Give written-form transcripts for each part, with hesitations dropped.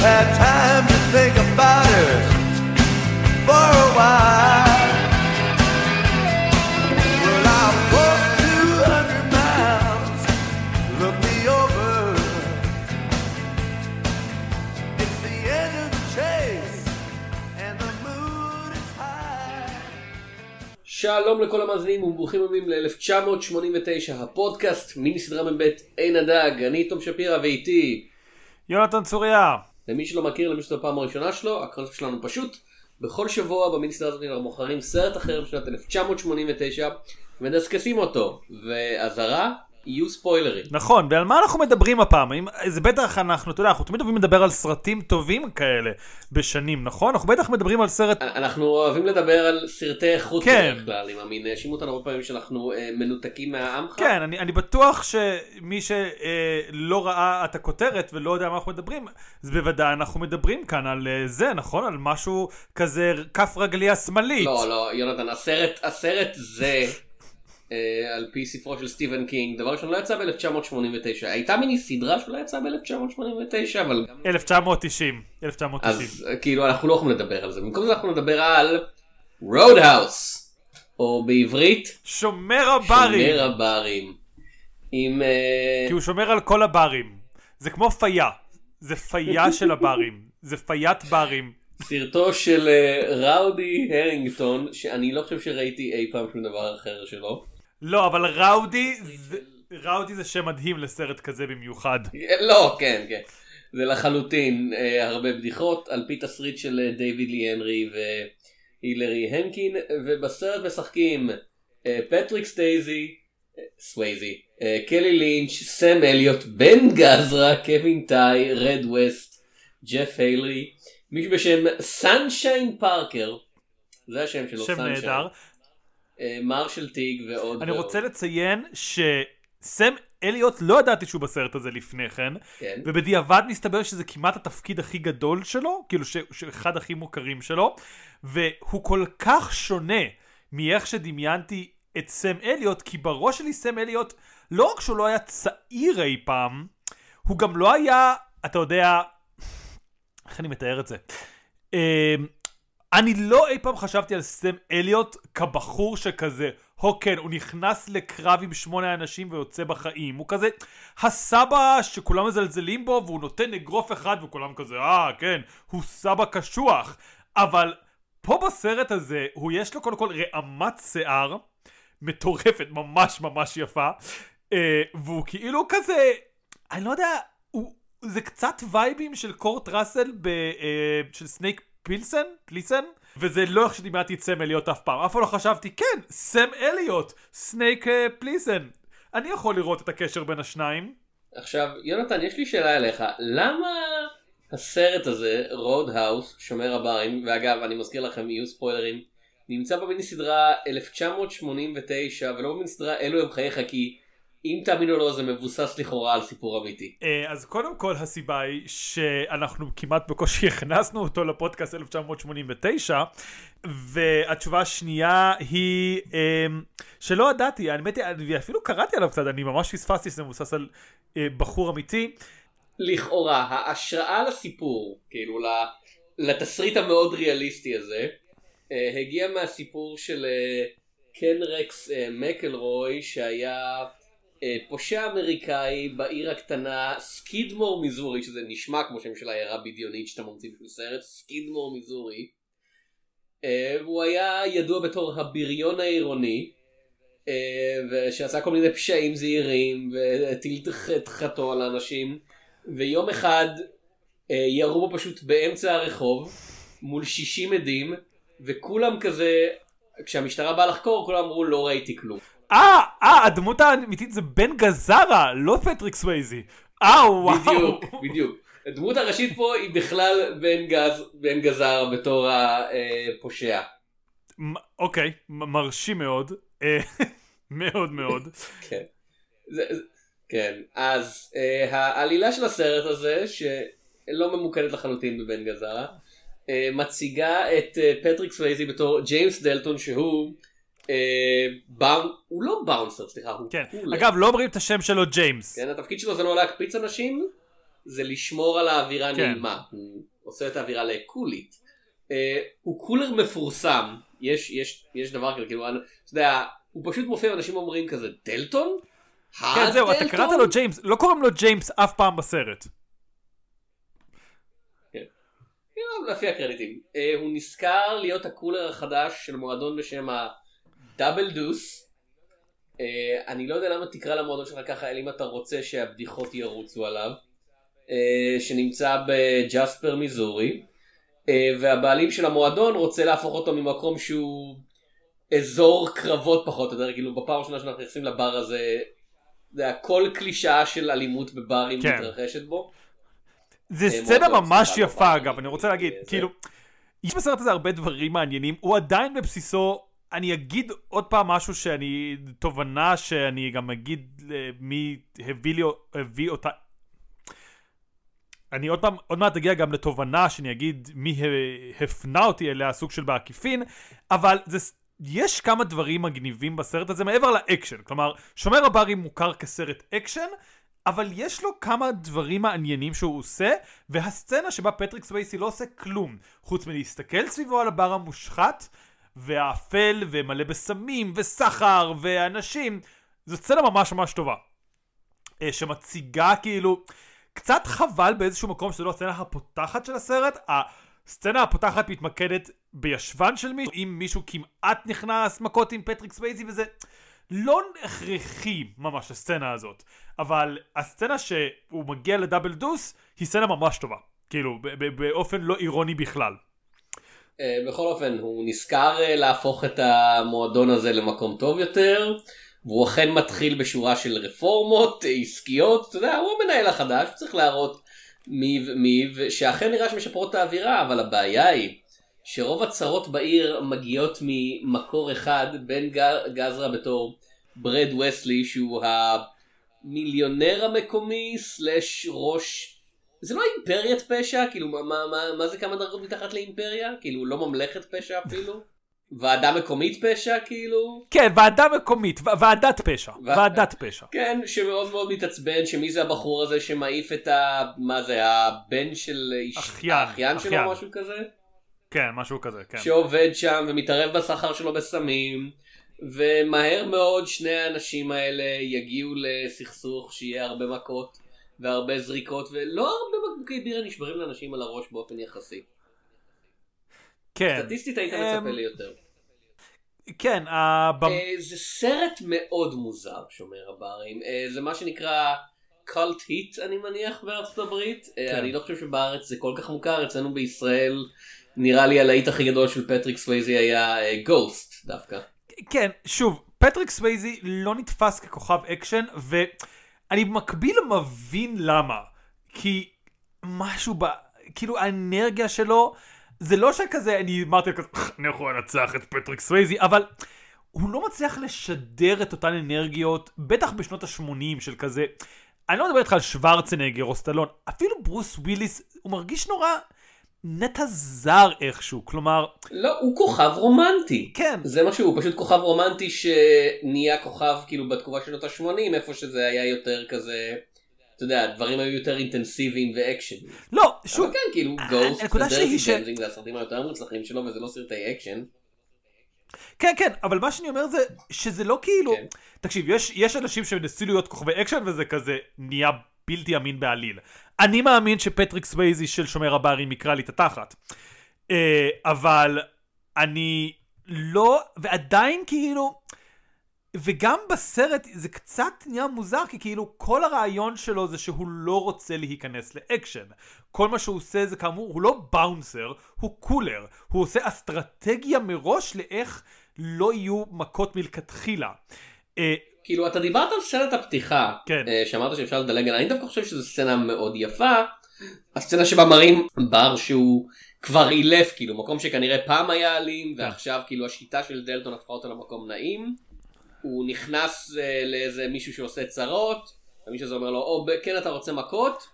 had time to think about it for a while. Well, I walked 200 miles, look me over. It's the end of the chase, and the mood is high. שלום לכל המאזינים וברוכים הבאים ל-1989, הפודקאסט, מיני סדרה מבית עין הדג. אני תום שפירא ואיתי יונתן צוריה. למי שלא מכיר, למי שזו הפעם הראשונה שלו, הקונספט שלנו פשוט. בכל שבוע במיני סדרה הזאת אנחנו מוכרים סרט אחר בשנת 1989 ומדסקסים אותו, והזרה יהיו ספוילרים. נכון, ועל מה אנחנו מדברים הפעם? זה בטח אנחנו, אתה יודע, אנחנו תמיד אוהבים לדבר על סרטים טובים כאלה בשנים, נכון? אנחנו בטח מדברים על סרט... אנחנו אוהבים לדבר על סרטי איכות כן. בדרך כלל, עם המין, האשימו אותנו הרבה פעמים שאנחנו מנותקים מהעמך. כן, אני בטוח שמי שלא ראה את הכותרת ולא יודע מה אנחנו מדברים, אז בוודאי אנחנו מדברים כאן על זה, נכון? על משהו כזה כף רגליה שמאלית. לא, יונתן, הסרט זה... על פי ספרו של סטיבן קינג, דבר ראשון לא יצא ב-1989, הייתה מיני סדרה שלא יצאה ב-1989, אבל... 1990. אז כאילו אנחנו לא יכולים לדבר על זה, במקום זה אנחנו נדבר על Roadhouse, או בעברית שומר הברים. שומר הברים. עם... כי הוא שומר על כל הברים. זה כמו פיה. זה פיה של הברים. זה פיית ברים. סרטו של ראודי הרינגטון, שאני לא חושב שראיתי אי פעם שום דבר אחר שלו. לא, אבל ראודי זה שם מדהים לסרט כזה במיוחד. לא, כן. זה לחלוטין הרבה בדיחות, על פי תסריט של דיוויד לי הנרי והילרי הנקין, ובסרט משחקים פטריק סווייזי, קלי לינץ', סם אליוט, בן גזרה, קווין טאי, רד ווסט, ג'ף היילרי, מישהו בשם סנשיין פארקר, זה השם שלו, שם נהדר. מרשל טיג ועוד. אני רוצה לציין שסם אליוט לא ידעתי שהוא בסרט הזה לפני כן, ובדיעבד מסתבר שזה כמעט התפקיד הכי גדול שלו, כאילו שאחד הכי מוכרים שלו, והוא כל כך שונה מאיך שדמיינתי את סם אליוט, כי בראש שלי סם אליוט, לא רק שהוא לא היה צעיר אי פעם, הוא גם לא היה, אתה יודע, איך אני מתאר את זה? אני לא אי פעם חשבתי על סם אליוט כבחור שכזה, כן, הוא נכנס לקרב עם 8 אנשים ויוצא בחיים. הוא כזה הסבא שכולם מזלזלים בו והוא נותן אגרוף אחד וכולם כזה, כן, הוא סבא קשוח. אבל פה בסרט הזה, הוא יש לו קודם כל רעמת שיער מטורפת, ממש ממש יפה. והוא כאילו כזה, אני לא יודע, זה קצת וייבים של קורט ראסל של סנייק פליסן, וזה לא איך שדימעתי את סם אליוט אף פעם. אף פעם לא חשבתי, כן, סם אליוט, סנייק פליסן. אני יכול לראות את הקשר בין השניים. עכשיו, יונתן, יש לי שאלה אליך. למה הסרט הזה, Roadhouse, שומר הברים, ואגב, אני מזכיר לכם, יהיו ספוילרים, נמצא במיני סדרה 1989, ולא במיני סדרה אלו הם חייך, כי אם תאמינו לו זה מבוסס לכאורה על סיפור אמיתי. אז קודם כל הסיבה היא שאנחנו כמעט בקושי הכנסנו אותו לפודקאסט 1989, והתשובה השנייה היא שלא ידעתי, אני אפילו קראתי עליו קצת, אני ממש פספסתי שזה מבוסס על בחור אמיתי. לכאורה, ההשראה לסיפור, כאילו לתסריט המאוד ריאליסטי הזה, הגיע מהסיפור של קן רקס מקלרוי, שהיה פושע אמריקאי בעיר הקטנה סקידמור מיזורי, שזה נשמע כמו שם של העיירה בדיונית שאתה ממציא בשביל סרט, סקידמור מיזורי, והוא היה ידוע בתור הבריון העירוני, ושעשה כל מיני פשעים זהירים והטיל את חטאו על האנשים, ויום אחד ירו בו פשוט באמצע הרחוב מול 60 עדים, וכולם כזה, כשהמשטרה באה לחקור, כולם אמרו לא ראיתי כלום. הדמות האמיתית זה בן גזרה, לא פטריק סווייזי. וואו. בדיוק. הדמות הראשית פה היא בכלל בן גזרה בתור הפושע. אוקיי, מרשים מאוד. מאוד מאוד. כן. אז העלילה של הסרט הזה, שלא ממוקדת לחלוטין בבן גזרה, מציגה את פטריק סווייזי בתור ג'יימס דלטון, שהוא הוא לא באונסר, סליחה, הוא כן. אגב, לא אומרים את השם שלו ג'יימס. כן, התפקיד שלו זה לא להקפיץ אנשים, זה לשמור על האווירה כן. נעימה, הוא עושה את האווירה לקולית. הוא קולר מפורסם, יש דבר כזה, כאילו, אתה יודע, הוא פשוט מופיע ואנשים אומרים כזה, דלטון? כן, זהו, אתה קראת לו ג'יימס, לא קוראים לו ג'יימס אף פעם בסרט. כן. לפי הקרדיטים. הוא נזכר להיות הקולר החדש של מועדון בשם הדאבל דוס. אני לא יודע למה תקרא למועדון שלך ככה, אלא אם אתה רוצה שהבדיחות ירוצו עליו. שנמצא בג'ספר מיזורי. והבעלים של המועדון רוצה להפוך אותו ממקום שהוא אזור קרבות פחות או יותר, כאילו בפעם הראשונה שאנחנו נכנסים לבר הזה, כל קלישאה של אלימות בברים מתרחשת בו. זה סצנה ממש יפה אגב, אני רוצה להגיד, כאילו, יש בסרט הזה הרבה דברים מעניינים, הוא עדיין בבסיסו, אני אגיד עוד פעם משהו שאני, תובנה שאני גם אגיד מי הביא אותה, אני עוד מעט אגיע גם לתובנה שאני אגיד מי הפנה אותי אליה, סוג של בעקיפין, אבל יש כמה דברים מגניבים בסרט הזה מעבר לאקשן, כלומר, שומר הברים מוכר כסרט אקשן, אבל יש לו כמה דברים מעניינים שהוא עושה, והסצנה שבה פטריק סווייסי לא עושה כלום, חוץ מלהסתכל סביבו על הבר המושחת, והאפל ומלא בסמים וסחר ואנשים, זו סצנה ממש ממש טובה, שמציגה כאילו, קצת חבל באיזשהו מקום שזו לא הסצנה הפותחת של הסרט, הסצנה הפותחת מתמקדת בישבן של מישהו, אם מישהו כמעט נכנס מכות עם פטריק סווייסי, וזה לא הכרחי ממש הסצנה הזאת, אבל הסצנה שהוא מגיע לדאבל דוס היא סצנה ממש טובה, כאילו באופן לא אירוני בכלל. בכל אופן הוא נזכר להפוך את המועדון הזה למקום טוב יותר, והוא אכן מתחיל בשורה של רפורמות עסקיות, אתה יודע, הוא המנהל החדש, צריך להראות מי, שאכן נראה שמשפרות את האווירה, אבל הבעיה היא שרוב הצרות בעיר מגיעות ממקור אחד, בן גזרה בתור ברד וסלי, שהוא המיליונר המקומי סלש ראש, זה לא אימפריית פשע, כאילו מה זה כמה דרגות מתחת לאימפריה? כאילו לא ממלכת פשע אפילו? ועדה מקומית פשע כאילו? כן, ועדה מקומית, ועדת פשע, ועדת פשע. כן, שמאוד מאוד מתעצבן שמי זה הבחור הזה שמעיף את מה זה, הבן של האחיין שלו, משהו כזה? כן, משהו כזה, כן. שעובד שם ומתערב בסחר שלו בסמים, ומהר מאוד שני האנשים האלה יגיעו לסכסוך שיהיה הרבה מכות והרבה זריקות, ולא הרבה בקבוקי בירה נשברים לאנשים על הראש באופן יחסי. כן. סטטיסטית היית מצפה לי יותר. כן, זה סרט מאוד מוזר, שומר הברים. זה מה שנקרא קולט היט, אני מניח, בארצות הברית. אני לא חושב שבארץ זה כל כך מוכר. אצלנו בישראל נראה לי הלהיט הכי גדול של פטריק סווייזי היה גוסט דווקא. כן, שוב, פטריק סווייזי לא נתפס ככוכב אקשן, ואני במקביל מבין למה. כי משהו כאילו האנרגיה שלו, זה לא שכזה, אני אמרתי כזה, אני יכול לנצח את פטריק סווייזי, אבל הוא לא מצליח לשדר את אותן אנרגיות, בטח בשנות ה-80 של כזה, אני לא מדבר איתך על שוורצנגר או סטלון, אפילו ברוס וויליס, הוא מרגיש נורא נטע זר איכשהו, כלומר... לא, הוא כוכב רומנטי. כן. זה משהו, הוא פשוט כוכב רומנטי שנהיה כוכב כאילו בתקופה של שנות ה-80, איפה שזה היה יותר כזה... אתה יודע, הדברים היו יותר אינטנסיביים ואקשן. לא, שוב. אבל כן, כאילו, גוסט ודרטי דנזינג זה הסרטים היותר מוצלחים שלו, וזה לא סרטי אקשן. כן, כן, אבל מה שאני אומר זה, שזה לא כאילו... תקשיב, יש אנשים שמנסים להיות כוכבי אקשן, וזה כזה נהיה בלתי אמין בעליל. אני מאמין שפטריק סווייזי של שומר הברים יקרא לי את התחת. אבל אני לא... ועדיין כאילו... וגם בסרט זה קצת נהיה מוזר, כי כאילו כל הרעיון שלו זה שהוא לא רוצה להיכנס לאקשן. כל מה שהוא עושה זה כאמור, הוא לא באונסר, הוא קולר. הוא עושה אסטרטגיה מראש לאיך לא יהיו מכות מלכתחילה. כאילו אתה דיברת על סצנת הפתיחה, כן. שאמרת שאפשר לדלג עליה, אני דווקא חושב שזו סצנה מאוד יפה. הסצנה שבה מראים בר שהוא כבר אילף, כאילו מקום שכנראה פעם היה אלים, ועכשיו כאילו השיטה של דלטון הפכה אותו למקום נעים. הוא נכנס לאיזה מישהו שעושה צרות, ומישהו הזה אומר לו, או כן אתה רוצה מכות,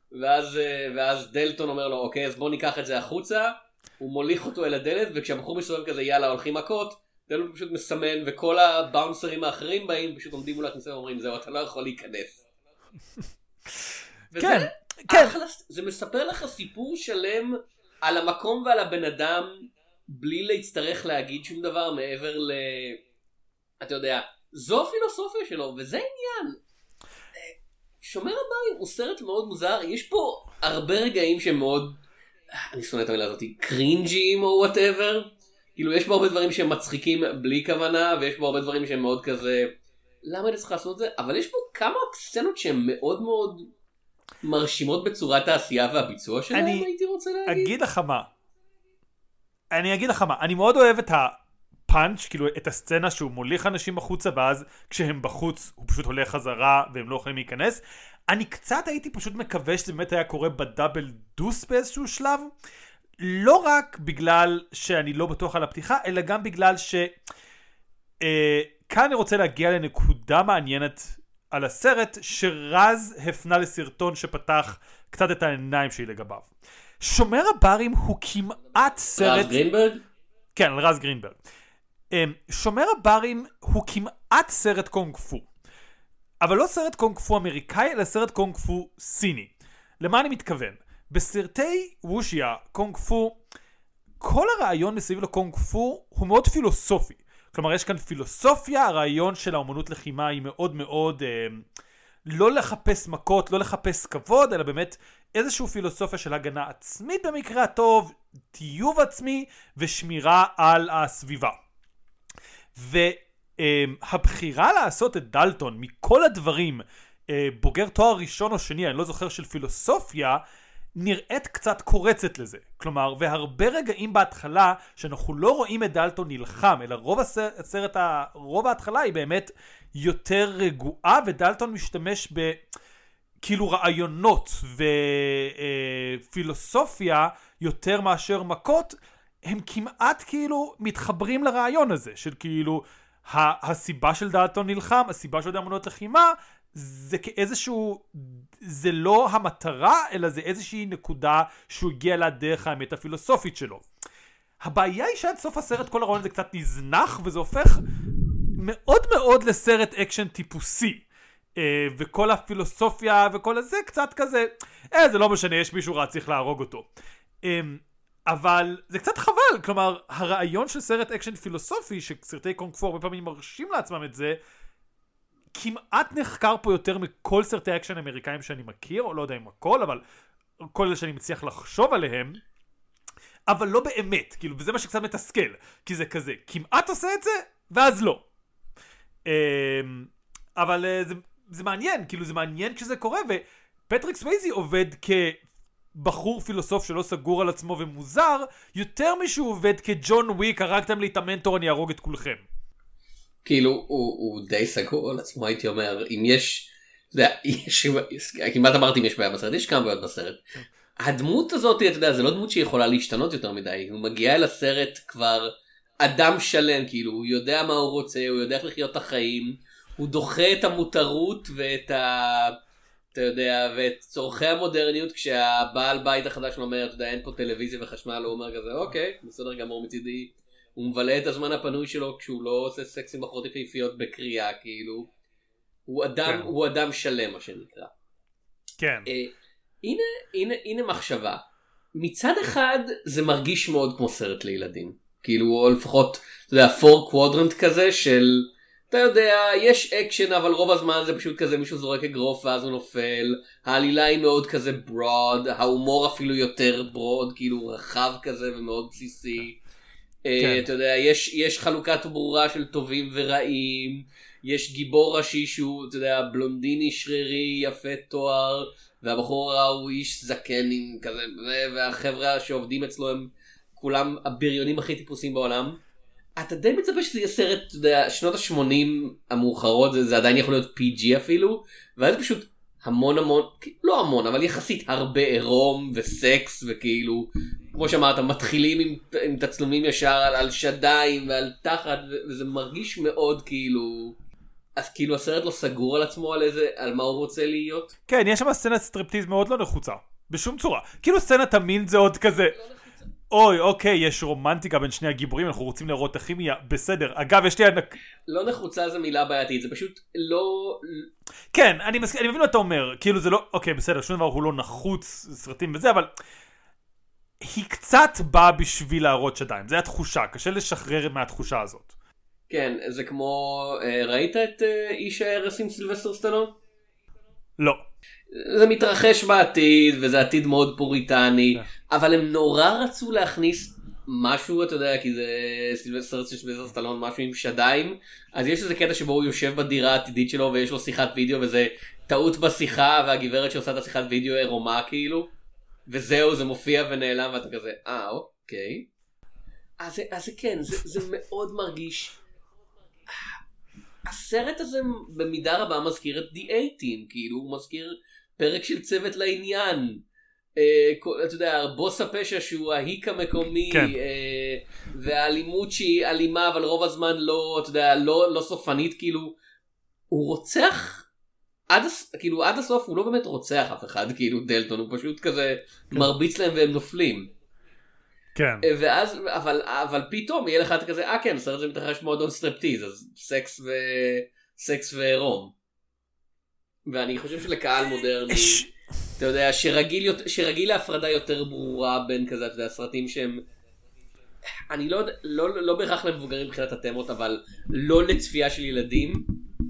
ואז דלטון אומר לו, אוקיי, אז בוא ניקח את זה החוצה, הוא מוליך אותו אל הדלת, וכשהבחור מסובב כזה, יאללה, הולכים מכות, דלטון פשוט מסמן, וכל הבאונסרים האחרים באים, פשוט עומדים מול הכניסה ואומרים, זהו, אתה לא יכול להיכנס. כן, כן. זה מספר לך סיפור שלם על המקום ועל הבן אדם, בלי להצטרך להגיד שום דבר מעבר אתה יודע, זו הפילוסופיה שלו, וזה עניין. שומר הברים הוא סרט מאוד מוזר, יש פה הרבה רגעים שהם מאוד, אני שונא את המילה הזאת, קרינג'ים או whatever, כאילו יש בו הרבה דברים שהם מצחיקים בלי כוונה, ויש בו הרבה דברים שהם מאוד כזה, למה אני צריך לעשות את זה? אבל יש פה כמה סצנות שהן מאוד מאוד מרשימות בצורת העשייה והביצוע שלהם, הייתי רוצה להגיד. אני אגיד לך מה, אני מאוד אוהב את הפאנץ', כאילו את הסצנה שהוא מוליך אנשים החוצה, ואז כשהם בחוץ הוא פשוט הולך חזרה והם לא יכולים להיכנס. אני קצת הייתי פשוט מקווה שזה באמת היה קורה בדאבל דוס באיזשהו שלב, לא רק בגלל שאני לא בטוח על הפתיחה, אלא גם בגלל כאן אני רוצה להגיע לנקודה מעניינת על הסרט, שרז הפנה לסרטון שפתח קצת את העיניים שלי לגביו. שומר הברים הוא כמעט סרט... רז גרינברג? כן, על רז גרינברג. שומר הברים הוא כמעט סרט קונג פו. אבל לא סרט קונג פו אמריקאי, אלא סרט קונג פו סיני. למה אני מתכוון? בסרטי וושיה, קונג פו, כל הרעיון מסביב לקונג פו הוא מאוד פילוסופי. כלומר, יש כאן פילוסופיה, הרעיון של האומנות לחימה היא מאוד מאוד לא לחפש מכות, לא לחפש כבוד, אלא באמת איזושהי פילוסופיה של הגנה עצמית במקרה הטוב, טיוב עצמי ושמירה על הסביבה. והבחירה לעשות את דלטון מכל הדברים, בוגר תואר ראשון או שני, אני לא זוכר, של פילוסופיה, נראית קצת קורצת לזה. כלומר, והרבה רגעים בהתחלה שאנחנו לא רואים את דלטון נלחם, אלא רוב ההתחלה היא באמת יותר רגועה, ודלטון משתמש כאילו רעיונות ופילוסופיה יותר מאשר מכות, הם כמעט כאילו מתחברים לרעיון הזה, של כאילו הסיבה של דלטון נלחם, הסיבה של אמנות לחימה, זה כאיזשהו, זה לא המטרה, אלא זה איזושהי נקודה שהוא הגיע לה דרך האמת הפילוסופית שלו. הבעיה היא שעד סוף הסרט כל הרעיון הזה קצת נזנח, וזה הופך מאוד מאוד לסרט אקשן טיפוסי. וכל הפילוסופיה וכל הזה קצת כזה, זה לא משנה, יש מישהו רע, צריך להרוג אותו. אבל זה קצת חבל, כלומר, הרעיון של סרט אקשן פילוסופי, שסרטי קונג פו הרבה פעמים מרשים לעצמם את זה, כמעט נחקר פה יותר מכל סרטי אקשן אמריקאים שאני מכיר, או לא יודע אם הכל, אבל כל אלה שאני מצליח לחשוב עליהם, אבל לא באמת, כאילו, וזה מה שקצת מתסכל, כי זה כזה, כמעט עושה את זה, ואז לא. אבל זה מעניין, כאילו זה מעניין כשזה קורה, ופטריק סווייזי עובד כבחור פילוסוף שלא סגור על עצמו ומוזר, יותר משהו עובד כג'ון וויק, הרגתם לי את המנטור, אני ארוג את כולכם. כאילו, הוא די סגור על עצמו, הייתי אומר, אם יש, אתה יודע, כמעט אמרתי אם יש בעיה בסרט, יש כמה בעיות בסרט. הדמות הזאת, אתה יודע, זה לא דמות שיכולה להשתנות יותר מדי, הוא מגיע אל הסרט כבר אדם שלם, כאילו, הוא יודע מה הוא רוצה, הוא יודע איך לחיות את החיים, הוא דוחה את המותרות ואת אתה יודע, ואת צורכי המודרניות, כשהבעל בית החדש אומר, אתה יודע, אין פה טלוויזיה וחשמל, הוא אומר כזה, אוקיי, בסדר גמור מצידי, הוא מבלה את הזמן הפנוי שלו כשהוא לא עושה סקס עם בחורות יפהפיות בקריאה, כאילו, הוא אדם שלם, מה שנקרא. כן. הנה מחשבה. מצד אחד, זה מרגיש מאוד כמו סרט לילדים. כאילו, או לפחות, אתה יודע, 4 quadrant כזה של, אתה יודע, יש אקשן, אבל רוב הזמן זה פשוט כזה, מישהו זורק אגרוף ואז הוא נופל, העלילה היא מאוד כזה broad, ההומור אפילו יותר broad, כאילו רחב כזה ומאוד בסיסי. אתה יודע, יש חלוקת ברורה של טובים ורעים, יש גיבור ראשי שהוא, אתה יודע, בלונדיני שרירי, יפה תואר, והבחור הרע הוא איש זקן עם כזה, והחבר'ה שעובדים אצלו הם כולם הבריונים הכי טיפוסים בעולם. אתה די מצפה שזה יהיה סרט, אתה יודע, שנות ה-80 המאוחרות, זה עדיין יכול להיות PG אפילו, ואז פשוט המון, לא המון, אבל יחסית הרבה עירום וסקס, וכאילו, כמו שאמרת, מתחילים עם תצלומים ישר על שדיים ועל תחת, וזה מרגיש מאוד כאילו, אז כאילו הסרט לא סגור על עצמו על מה הוא רוצה להיות. כן, יש שם סצנת סטריפטיז מאוד לא נחוצה, בשום צורה. כאילו סצנת המין זה עוד כזה, אוי, אוקיי, יש רומנטיקה בין שני הגיבורים, אנחנו רוצים לראות את הכימיה, בסדר. אגב, יש לי... לא נחוצה זה מילה בעייתית, זה פשוט לא... כן, אני מבין מה אתה אומר, כאילו זה לא... אוקיי, בסדר, שום דבר הוא לא נחוץ, סרטים וזה, אבל... היא קצת באה בשביל להראות שדיים, זה התחושה, קשה לשחרר מהתחושה הזאת. כן, זה כמו... ראית את איש ההרס עם סילבסטר סטלון? לא. זה מתרחש בעתיד, וזה עתיד מאוד פוריטני, אבל הם נורא רצו להכניס משהו, אתה יודע, כי זה סילבסטר סטלון, משהו עם שדיים, אז יש איזה קטע שבו הוא יושב בדירה העתידית שלו, ויש לו שיחת וידאו, וזה טעות בשיחה, והגברת שעושה את השיחת וידאו עירומה כאילו, וזהו, זה מופיע ונעלם, ואתה כזה, אוקיי. אז כן, זה מאוד מרגיש... הסרט הזה במידה רבה מזכיר את The A-Team, כאילו הוא מזכיר פרק של צוות לעניין, אתה יודע, בוס הפשע שהוא ההיק המקומי, כן. והאלימות שהיא אלימה אבל רוב הזמן לא, אתה יודע, לא סופנית, כאילו הוא רוצח כאילו עד הסוף הוא לא באמת רוצח אף אחד, כאילו דלטון הוא פשוט כזה מרביץ להם והם נופלים. כן. ואז, אבל פתאום יהיה לך את כזה, כן, סרט זה מתרחש מועדון סטרפטיז, אז סקס ועירום. ואני חושב שלקהל מודרני, אתה יודע, שרגיל להפרדה יותר ברורה בין כזה, אתה יודע, סרטים שהם, אני לא בהכרח למבוגרים מבחינת התמות, אבל לא לצפייה של ילדים,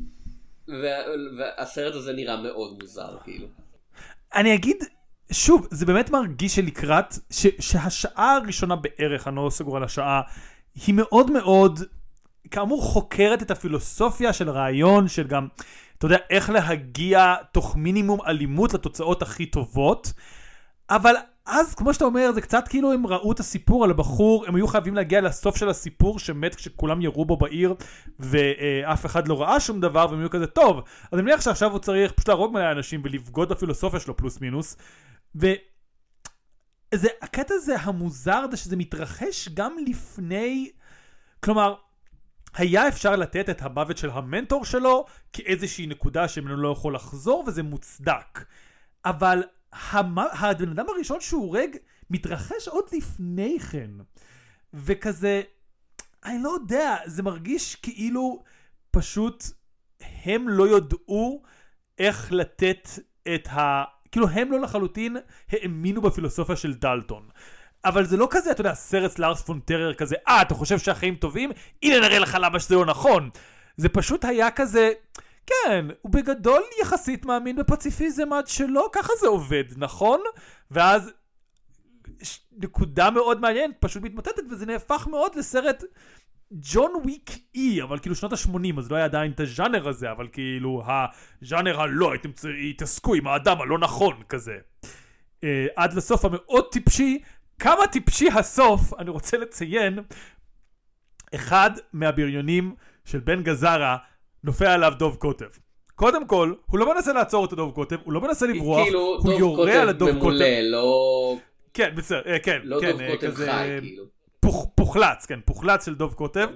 והסרט הזה נראה מאוד מוזר, כאילו. אני אגיד... שוב, זה באמת מרגיש שלקראת, שהשעה הראשונה בערך, אני לא סגור על השעה, היא מאוד מאוד, כאמור חוקרת את הפילוסופיה של רעיון, של גם, אתה יודע, איך להגיע תוך מינימום אלימות לתוצאות הכי טובות, אבל אז, כמו שאתה אומר, זה קצת כאילו הם ראו את הסיפור על הבחור, הם היו חייבים להגיע לסוף של הסיפור שמת כשכולם ירו בו בעיר, ואף אחד לא ראה שום דבר, והם היו כזה, טוב, אז אני מניח שעכשיו הוא צריך פשוט להרוג מלא אנשים, ולבגוד בפילוסופיה שלו פלוס מינוס, הקטע הזה המוזר זה שזה מתרחש גם לפני, כלומר, היה אפשר לתת את המוות של המנטור שלו כאיזושהי נקודה שמנו לא יכול לחזור, וזה מוצדק. אבל הבן אדם הראשון שהוא הורג מתרחש עוד לפני כן. וכזה, אני לא יודע, זה מרגיש כאילו פשוט הם לא יודעו איך לתת את כאילו הם לא לחלוטין האמינו בפילוסופיה של דלטון. אבל זה לא כזה, אתה יודע, סרט לארס פון טרר כזה, אתה חושב שהחיים טובים? הנה נראה לך למה שזה לא נכון. זה פשוט היה כזה, כן, הוא בגדול יחסית מאמין בפציפיזם עד שלא, ככה זה עובד, נכון? ואז נקודה מאוד מעניינת, פשוט מתמוטטת, וזה נהפך מאוד לסרט ג'ון וויק אי, אבל כאילו שנות ה-80, אז לא היה עדיין את הז'אנר הזה, אבל כאילו הז'אנר הלא, הייתם התעסקו עם האדם הלא נכון כזה. עד לסוף המאוד טיפשי, כמה טיפשי הסוף, אני רוצה לציין, אחד מהבריונים של בן גזרה נופל עליו דוב קוטב. קודם כל, הוא לא מנסה לעצור את הדוב קוטב, הוא לא מנסה לברוח, כאילו, הוא יורה על הדוב ממולא, קוטב. לא... כן, בסדר, כן. לא כן, דוב קוטב כזה... חי, כאילו. פוחלץ, כן, פוחלץ של דוב קוטב.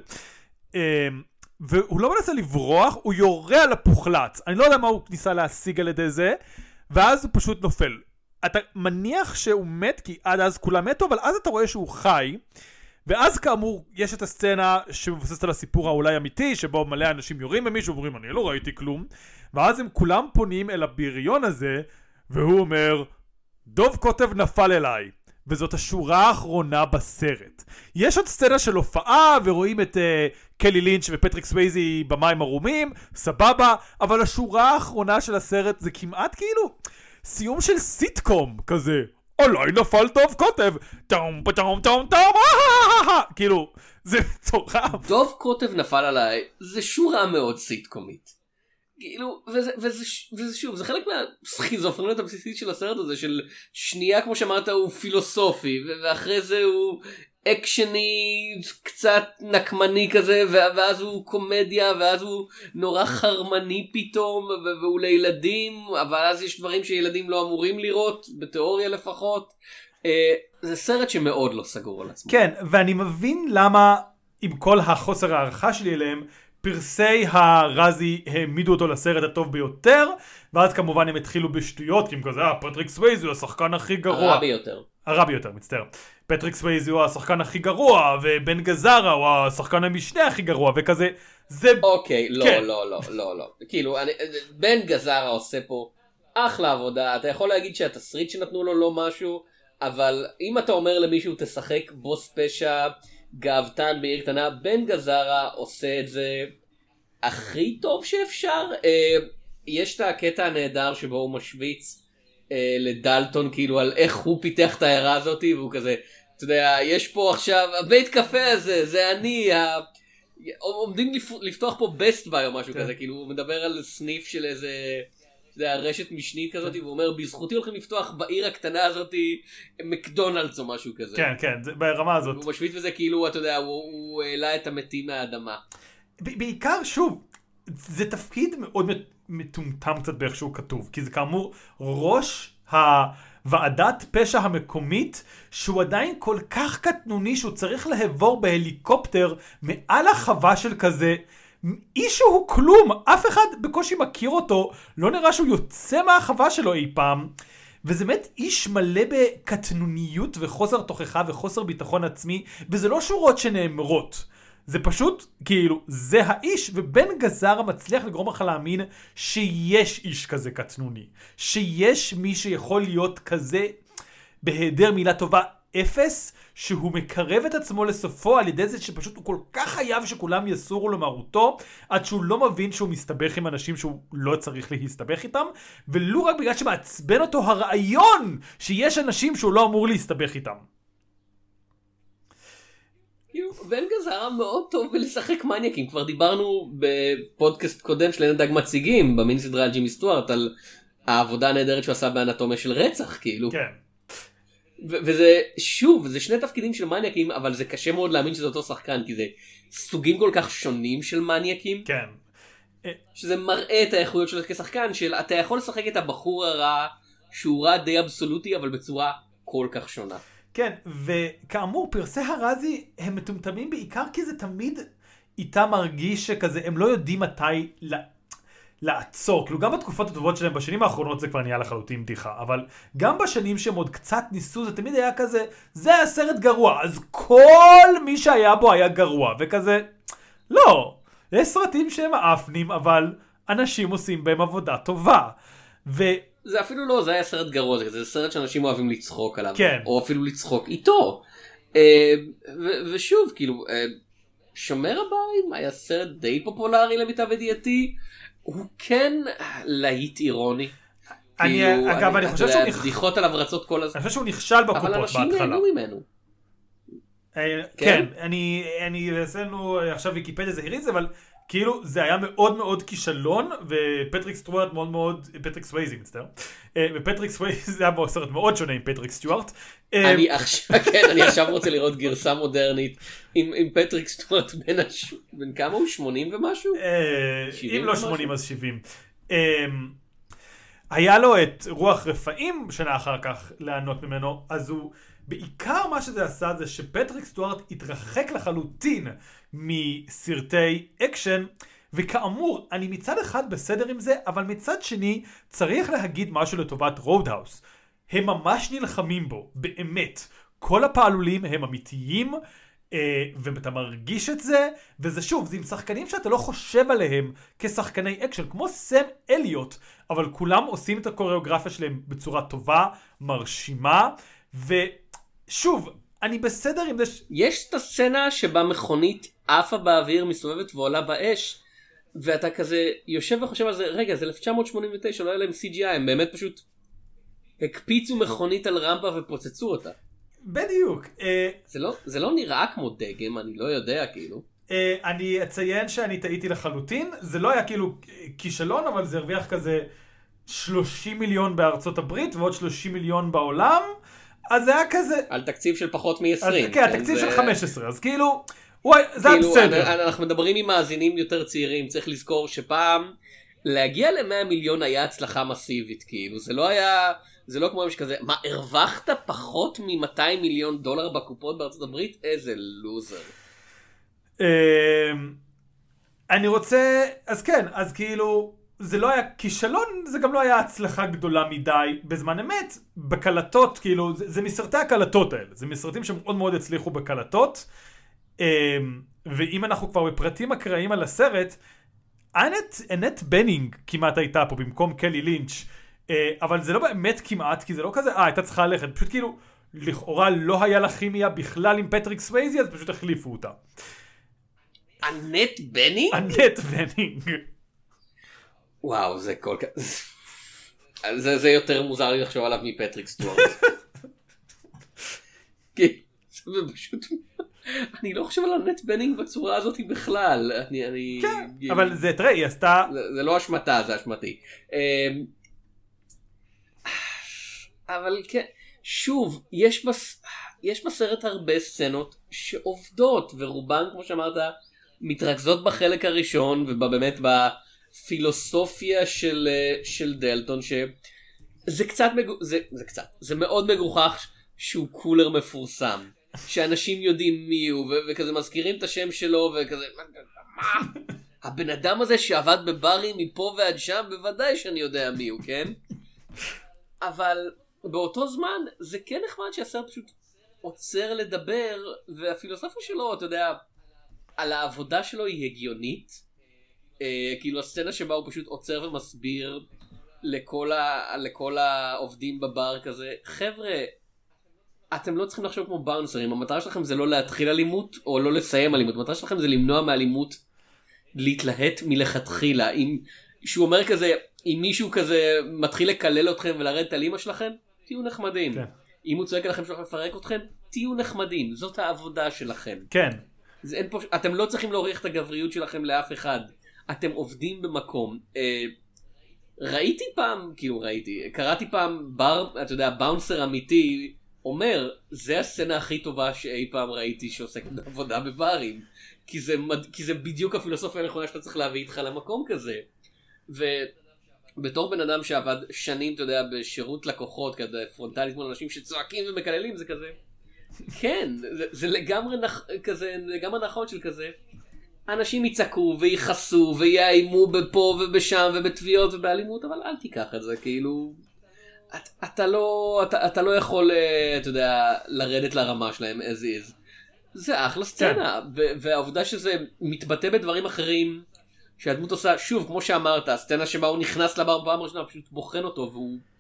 והוא לא מנסה לברוח, הוא יורה על הפוחלץ. אני לא יודע מה הוא ניסה להשיג על ידי זה, ואז הוא פשוט נופל. אתה מניח שהוא מת, כי עד אז כולם מתו, אבל אז אתה רואה שהוא חי, ואז כאמור, יש את הסצנה שמבוססת על הסיפור האולי אמיתי, שבו מלא אנשים יורים במישהו, ואומרים, אני לא ראיתי כלום, ואז הם כולם פונים אל הבריון הזה, והוא אומר, דוב קוטב נפל אליי. וזאת השורה האחרונה בסרט. יש עוד סצנה של הופעה, ורואים את קלי לינץ' ופטריק סווייזי במים ערומים, סבבה, אבל השורה האחרונה של הסרט זה כמעט כאילו סיום של סיטקום כזה. עליי נפל דוב קוטב, טום פטום טום טום, כאילו, זה צורף. דוב קוטב נפל עליי, זה שורה מאוד סיטקומית. כאילו, וזה שוב, זה חלק מהסכיזופרניות הבסיסית של הסרט הזה, של שנייה, כמו שאמרת, הוא פילוסופי, ואחרי זה הוא אקשני, קצת נקמני כזה, ואז הוא קומדיה, ואז הוא נורא חרמני פתאום, והוא לילדים, אבל אז יש דברים שילדים לא אמורים לראות, בתיאוריה לפחות. זה סרט שמאוד לא סגור על עצמו. כן, ואני מבין למה, עם כל החוסר הערכה שלי אליהם, פרסי הרזי העמידו אותו לסרט הטוב ביותר, ואז כמובן הם התחילו בשטויות, כי הם כזה, פטריק סווייזי הוא השחקן הכי גרוע. הרע ביותר, מצטער. פטריק סווייזי הוא השחקן הכי גרוע, ובן גזרה הוא השחקן המשנה הכי גרוע, וכזה, זה... אוקיי, לא. כאילו, בן גזרה עושה פה אחלה עבודה, אתה יכול להגיד שהתסריט שנתנו לו לא משהו, אבל אם אתה אומר למישהו תשחק בוס פשע גאוותן בעיר קטנה, בן גזרה עושה את זה הכי טוב שאפשר. יש את הקטע הנהדר שבו הוא משוויץ לדלטון כאילו על איך הוא פיתח את העיירה הזאת, והוא כזה, אתה יודע, יש פה עכשיו הבית קפה הזה, זה אני, עומדים לפתוח פה בסט ביי או משהו כזה, כאילו הוא מדבר על סניף של איזה, זה הרשת משנית כזאת, והוא אומר, בזכותי הולכים לפתוח בעיר הקטנה הזאת מקדונלדס או משהו כזה. כן, כן, זה ברמה הזאת. הוא משוויץ בזה כאילו, אתה יודע, הוא העלה את המתים מהאדמה. בעיקר, שוב, זה תפקיד מאוד מטומטם קצת באיך שהוא כתוב, כי זה כאמור ראש הוועדת פשע המקומית, שהוא עדיין כל כך קטנוני שהוא צריך להעבור בהליקופטר מעל החווה של כזה, איש הוא כלום, אף אחד בקושי מכיר אותו, לא נראה שהוא יוצא מהחווה שלו אי פעם, וזה באמת איש מלא בקטנוניות וחוסר תוכחה וחוסר ביטחון עצמי, וזה לא שורות שנאמרות, זה פשוט כאילו זה האיש, ובן גזרה מצליח לגרום לך להאמין שיש איש כזה קטנוני, שיש מי שיכול להיות כזה בהיעדר מילה טובה אפס, שהוא מקרב את עצמו לסופו על ידי זה שפשוט הוא כל כך חייב שכולם יסורו לו מרותו, עד שהוא לא מבין שהוא מסתבך עם אנשים שהוא לא צריך להסתבך איתם, ולא רק בגלל שמעצבן אותו הרעיון שיש אנשים שהוא לא אמור להסתבך איתם. בן גזרה מאוד טוב בלשחק מניאקים, כבר דיברנו בפודקאסט קודם של אין דג מציגים, במין סדרה על ג'ימי סטוארט, על העבודה הנהדרת שהוא עשה באנטומיה של רצח, כאילו. כן. וזה, שוב, זה שני תפקידים של מניאקים, אבל זה קשה מאוד להאמין שזה אותו שחקן, כי זה סוגים כל כך שונים של מניאקים. כן. שזה מראה את האיכויות שלו כשחקן, של אתה יכול לשחק את הבחור הרע, שהוא רע די אבסולוטי, אבל בצורה כל כך שונה. כן, וכאמור, פרסי הרזי הם מטומטמים בעיקר כי זה תמיד איתה מרגיש שכזה, הם לא יודעים מתי לעצור. כאילו גם בתקופות הטובות שלהם, בשנים האחרונות זה כבר נהיה לחלוטין בדיחה, אבל גם בשנים שהם עוד קצת ניסו, זה תמיד היה כזה, זה היה סרט גרוע, אז כל מי שהיה בו היה גרוע, וכזה, לא, יש סרטים שהם האפנים, אבל אנשים עושים בהם עבודה טובה. זה אפילו לא, זה היה סרט גרוע, זה סרט שאנשים אוהבים לצחוק עליו, כן. או אפילו לצחוק איתו. ושוב, כאילו, שומר הברים היה סרט די פופולרי למיטב ידיעתי, הוא כן להיט אירוני. אגב, אני חושב שהוא בדיחות עליו רצות כל הזמן. אני חושב שהוא נכשל בקופות בהתחלה. אבל אנשים נהנו ממנו. כן, אני אעשינו עכשיו ויקיפדיה זהירית, אבל כאילו זה היה מאוד מאוד כישלון, ופטריק סטוארט מאוד מאוד, פטריק סווייזי מצטער, ופטריק סווייזי זה היה סרט מאוד שונה עם פטריק סטוארט. אני עכשיו רוצה לראות גרסה מודרנית עם פטריק סטוארט בין כמה הוא? 80 ומשהו? אם לא 80 אז 70. היה לו את רוח רפאים שנה אחר כך לענות ממנו, אז הוא בעיקר מה שזה עשה זה שפטריק סטוארט התרחק לחלוטין מסרטי אקשן, וכאמור, אני מצד אחד בסדר עם זה, אבל מצד שני צריך להגיד משהו לטובת רודהאוס. הם ממש נלחמים בו, באמת. כל הפעלולים הם אמיתיים, ואתה מרגיש את זה, וזה שוב, זה עם שחקנים שאתה לא חושב עליהם כשחקני אקשן, כמו סם אליוט, אבל כולם עושים את הקוריאוגרפיה שלהם בצורה טובה, מרשימה, ושוב, אני בסדר עם זה יש את הסצנה שבה מכונית עפה באוויר, מסתובבת ועולה באש, ואתה כזה יושב וחושב על זה, רגע, זה 1989, לא היה להם CGI, הם באמת פשוט הקפיצו מכונית על רמפה ופוצצו אותה. בדיוק. זה לא נראה כמו דגם, אני לא יודע כאילו. אני אציין שאני טעיתי לחלוטין, זה לא היה כאילו כישלון, אבל זה הרוויח כזה 30 מיליון בארצות הברית ועוד 30 מיליון בעולם, אז זה היה כזה... על תקציב של פחות מ-20. כן, התקציב של 15, אז כאילו, זה היה בסדר. אנחנו מדברים עם מאזינים יותר צעירים, צריך לזכור שפעם להגיע ל-100 מיליון היה הצלחה מסיבית, כאילו, זה לא היה... זה לא כמו שכזה, מה, הרווחת פחות מ-200 מיליון דולר בקופות בארצות הברית? איזה לוזר. אני רוצה, אז כן, אז כאילו, זה לא היה כישלון, זה גם לא היה הצלחה גדולה מדי בזמן אמת, בקלטות, כאילו, זה מסרטי הקלטות האלה, זה מסרטים שמאוד מאוד הצליחו בקלטות, ואם אנחנו כבר בפרטים אקראיים על הסרט, אנט בנינג כמעט הייתה פה במקום קלי לינץ', אבל זה לא באמת כמעט, כי זה לא כזה, הייתה צריכה ללכת, פשוט כאילו, לכאורה לא היה לה כימיה בכלל עם פטריק סווייזי, אז פשוט החליפו אותה. אנט בנינג? אנט בנינג. וואו, זה כל כך... זה יותר מוזר לי לחשוב עליו מפטריק סטוארט. כי זה פשוט... אני לא חושב על אנט בנינג בצורה הזאת בכלל. כן, אבל זה, תראה, היא עשתה... זה לא אשמתה, זה אשמתי. אבל כן, שוב, יש בסרט הרבה סצנות שעובדות, ורובן, כמו שאמרת, מתרכזות בחלק הראשון, ובאמת בפילוסופיה של דלטון, שזה קצת, זה מאוד מגוחך שהוא קולר מפורסם, שאנשים יודעים מי הוא, וכזה מזכירים את השם שלו, וכזה, מה? הבן אדם הזה שעבד בברים מפה ועד שם, בוודאי שאני יודע מי הוא, כן? אבל באותו זמן, זה כן נחמד שהסרט פשוט עוצר לדבר, והפילוסופיה שלו, אתה יודע, על העבודה שלו היא הגיונית. כאילו הסצנה שבה הוא פשוט עוצר ומסביר לכל העובדים בבר כזה, חבר'ה, אתם לא צריכים לחשוב כמו באונסרים, המטרה שלכם זה לא להתחיל אלימות או לא לסיים אלימות, המטרה שלכם זה למנוע מאלימות להתלהט מלכתחילה. שהוא אומר כזה, אם מישהו כזה מתחיל לקלל אתכם ולרדת על אמא שלכם, תהיו נחמדים. כן. אם הוא צועק עליכם שלכם לפרק אתכם, תהיו נחמדים, זאת העבודה שלכם. כן. אתם לא צריכים להוריך את הגבריות שלכם לאף אחד, אתם עובדים במקום. קראתי פעם אתה יודע, באונסר אמיתי אומר, זה הסצנה הכי טובה שאי פעם ראיתי שעוסקת בעבודה בברים, כי זה בדיוק הפילוסופיה הנכונה שאתה צריך להביא איתך למקום כזה. ובתור בן אדם שעבד שנים, אתה יודע, בשירות לקוחות כזה פרונטלית מול אנשים שצועקים ומקללים, זה כזה, כן, זה לגמרי נכון של כזה, אנשים יצעקו ויחסו ויאיימו בפה ובשם ובתביעות ובאלימות, אבל אל תיקח את זה, כאילו אתה לא יכול, אתה יודע, לרדת לרמה שלהם as is. זה אחלה סצנה, והעובדה שזה מתבטא בדברים אחרים שהדמות עושה, שוב, כמו שאמרת, הסצנה שבה הוא נכנס לבר פעם ראשונה, פשוט בוחן אותו,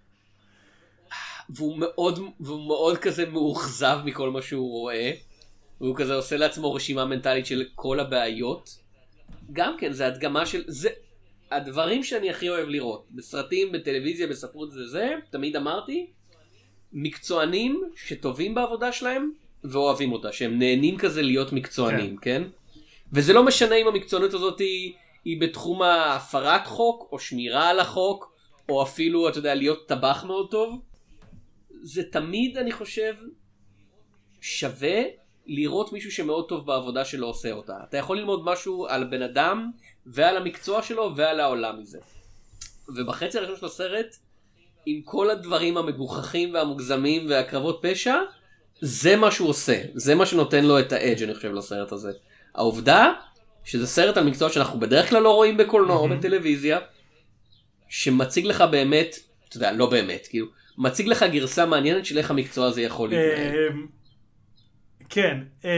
והוא מאוד כזה מאוכזב מכל מה שהוא רואה, והוא כזה עושה לעצמו רשימה מנטלית של כל הבעיות. גם כן, זה הדגמה של, זה הדברים שאני הכי אוהב לראות, בסרטים, בטלוויזיה, בספרות, זה, תמיד אמרתי, מקצוענים שטובים בעבודה שלהם, ואוהבים אותה, שהם נהנים כזה להיות מקצוענים, כן? וזה לא משנה אם המקצוענות הזאת היא בתחום ההפרת חוק, או שמירה על החוק, או אפילו, אתה יודע, להיות טבח מאוד טוב. זה תמיד, אני חושב, שווה לראות מישהו שמאוד טוב בעבודה שלו עושה אותה. אתה יכול ללמוד משהו על בן אדם, ועל המקצוע שלו, ועל העולם מזה. ובחצי הראשון של הסרט, עם כל הדברים המגוחכים והמוגזמים והקרבות פשע, זה מה שהוא עושה. זה מה שנותן לו את האדג', אני חושב, לסרט הזה. העובדה שזה סרט על מקצוע שאנחנו בדרך כלל לא רואים בקולנוע או בטלוויזיה, שמציג לך באמת, אתה יודע, לא באמת, כאילו, מציג לך גרסה מעניינת של איך המקצוע הזה יכול להתנהל. כן,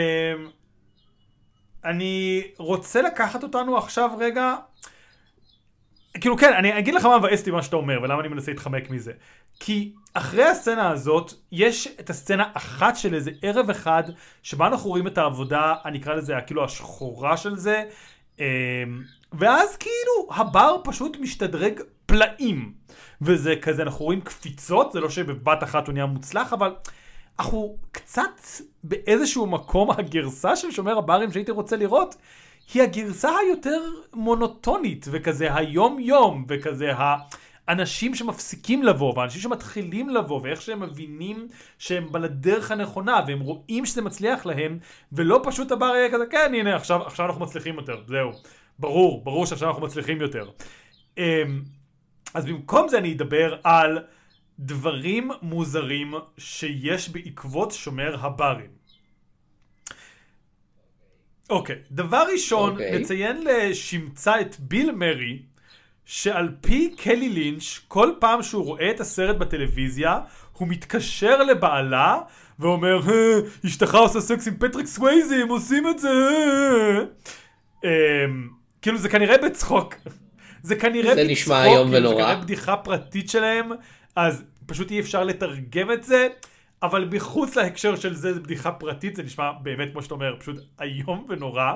אני רוצה לקחת אותנו עכשיו רגע, כאילו כן, אני אגיד לך מה מבאס לי מה שאתה אומר, ולמה אני מנסה להתחמק מזה. כי אחרי הסצנה הזאת, יש את הסצנה אחת של איזה ערב אחד, שבה אנחנו רואים את העבודה, אני אקרא לזה, כאילו השחורה של זה, ואז כאילו הבר פשוט משתדרג פלאים, וזה כזה, אנחנו רואים קפיצות, זה לא שבבת אחת הוא נהיה מוצלח, אבל אנחנו קצת באיזשהו מקום, הגרסה של שומר הברים שהייתי רוצה לראות, היא הגרסה היותר מונוטונית, וכזה היום יום, וכזה האנשים שמפסיקים לבוא, והאנשים שמתחילים לבוא, ואיך שהם מבינים שהם בדרך הנכונה, והם רואים שזה מצליח להם, ולא פשוט הבר יהיה כזה, כן, הנה, עכשיו אנחנו מצליחים יותר, זהו. ברור שעכשיו אנחנו מצליחים יותר. אז במקום זה אני אדבר על דברים מוזרים שיש בעקבות שומר הברים. אוקיי, דבר ראשון, אוקיי. נציין לשמצה את ביל מרי, שעל פי קלי לינץ', כל פעם שהוא רואה את הסרט בטלוויזיה, הוא מתקשר לבעלה, ואומר, אשתך עושה סקס עם פטריק סווייזי, הם עושים את זה. כאילו זה כנראה בצחוק. זה כנראה זה נשמע איום כאילו, ונורא. זה כנראה בדיחה פרטית שלהם, אז פשוט אי אפשר לתרגם את זה, אבל מחוץ להקשר של זה, זה בדיחה פרטית, זה נשמע באמת, כמו שאתה אומר, פשוט איום ונורא.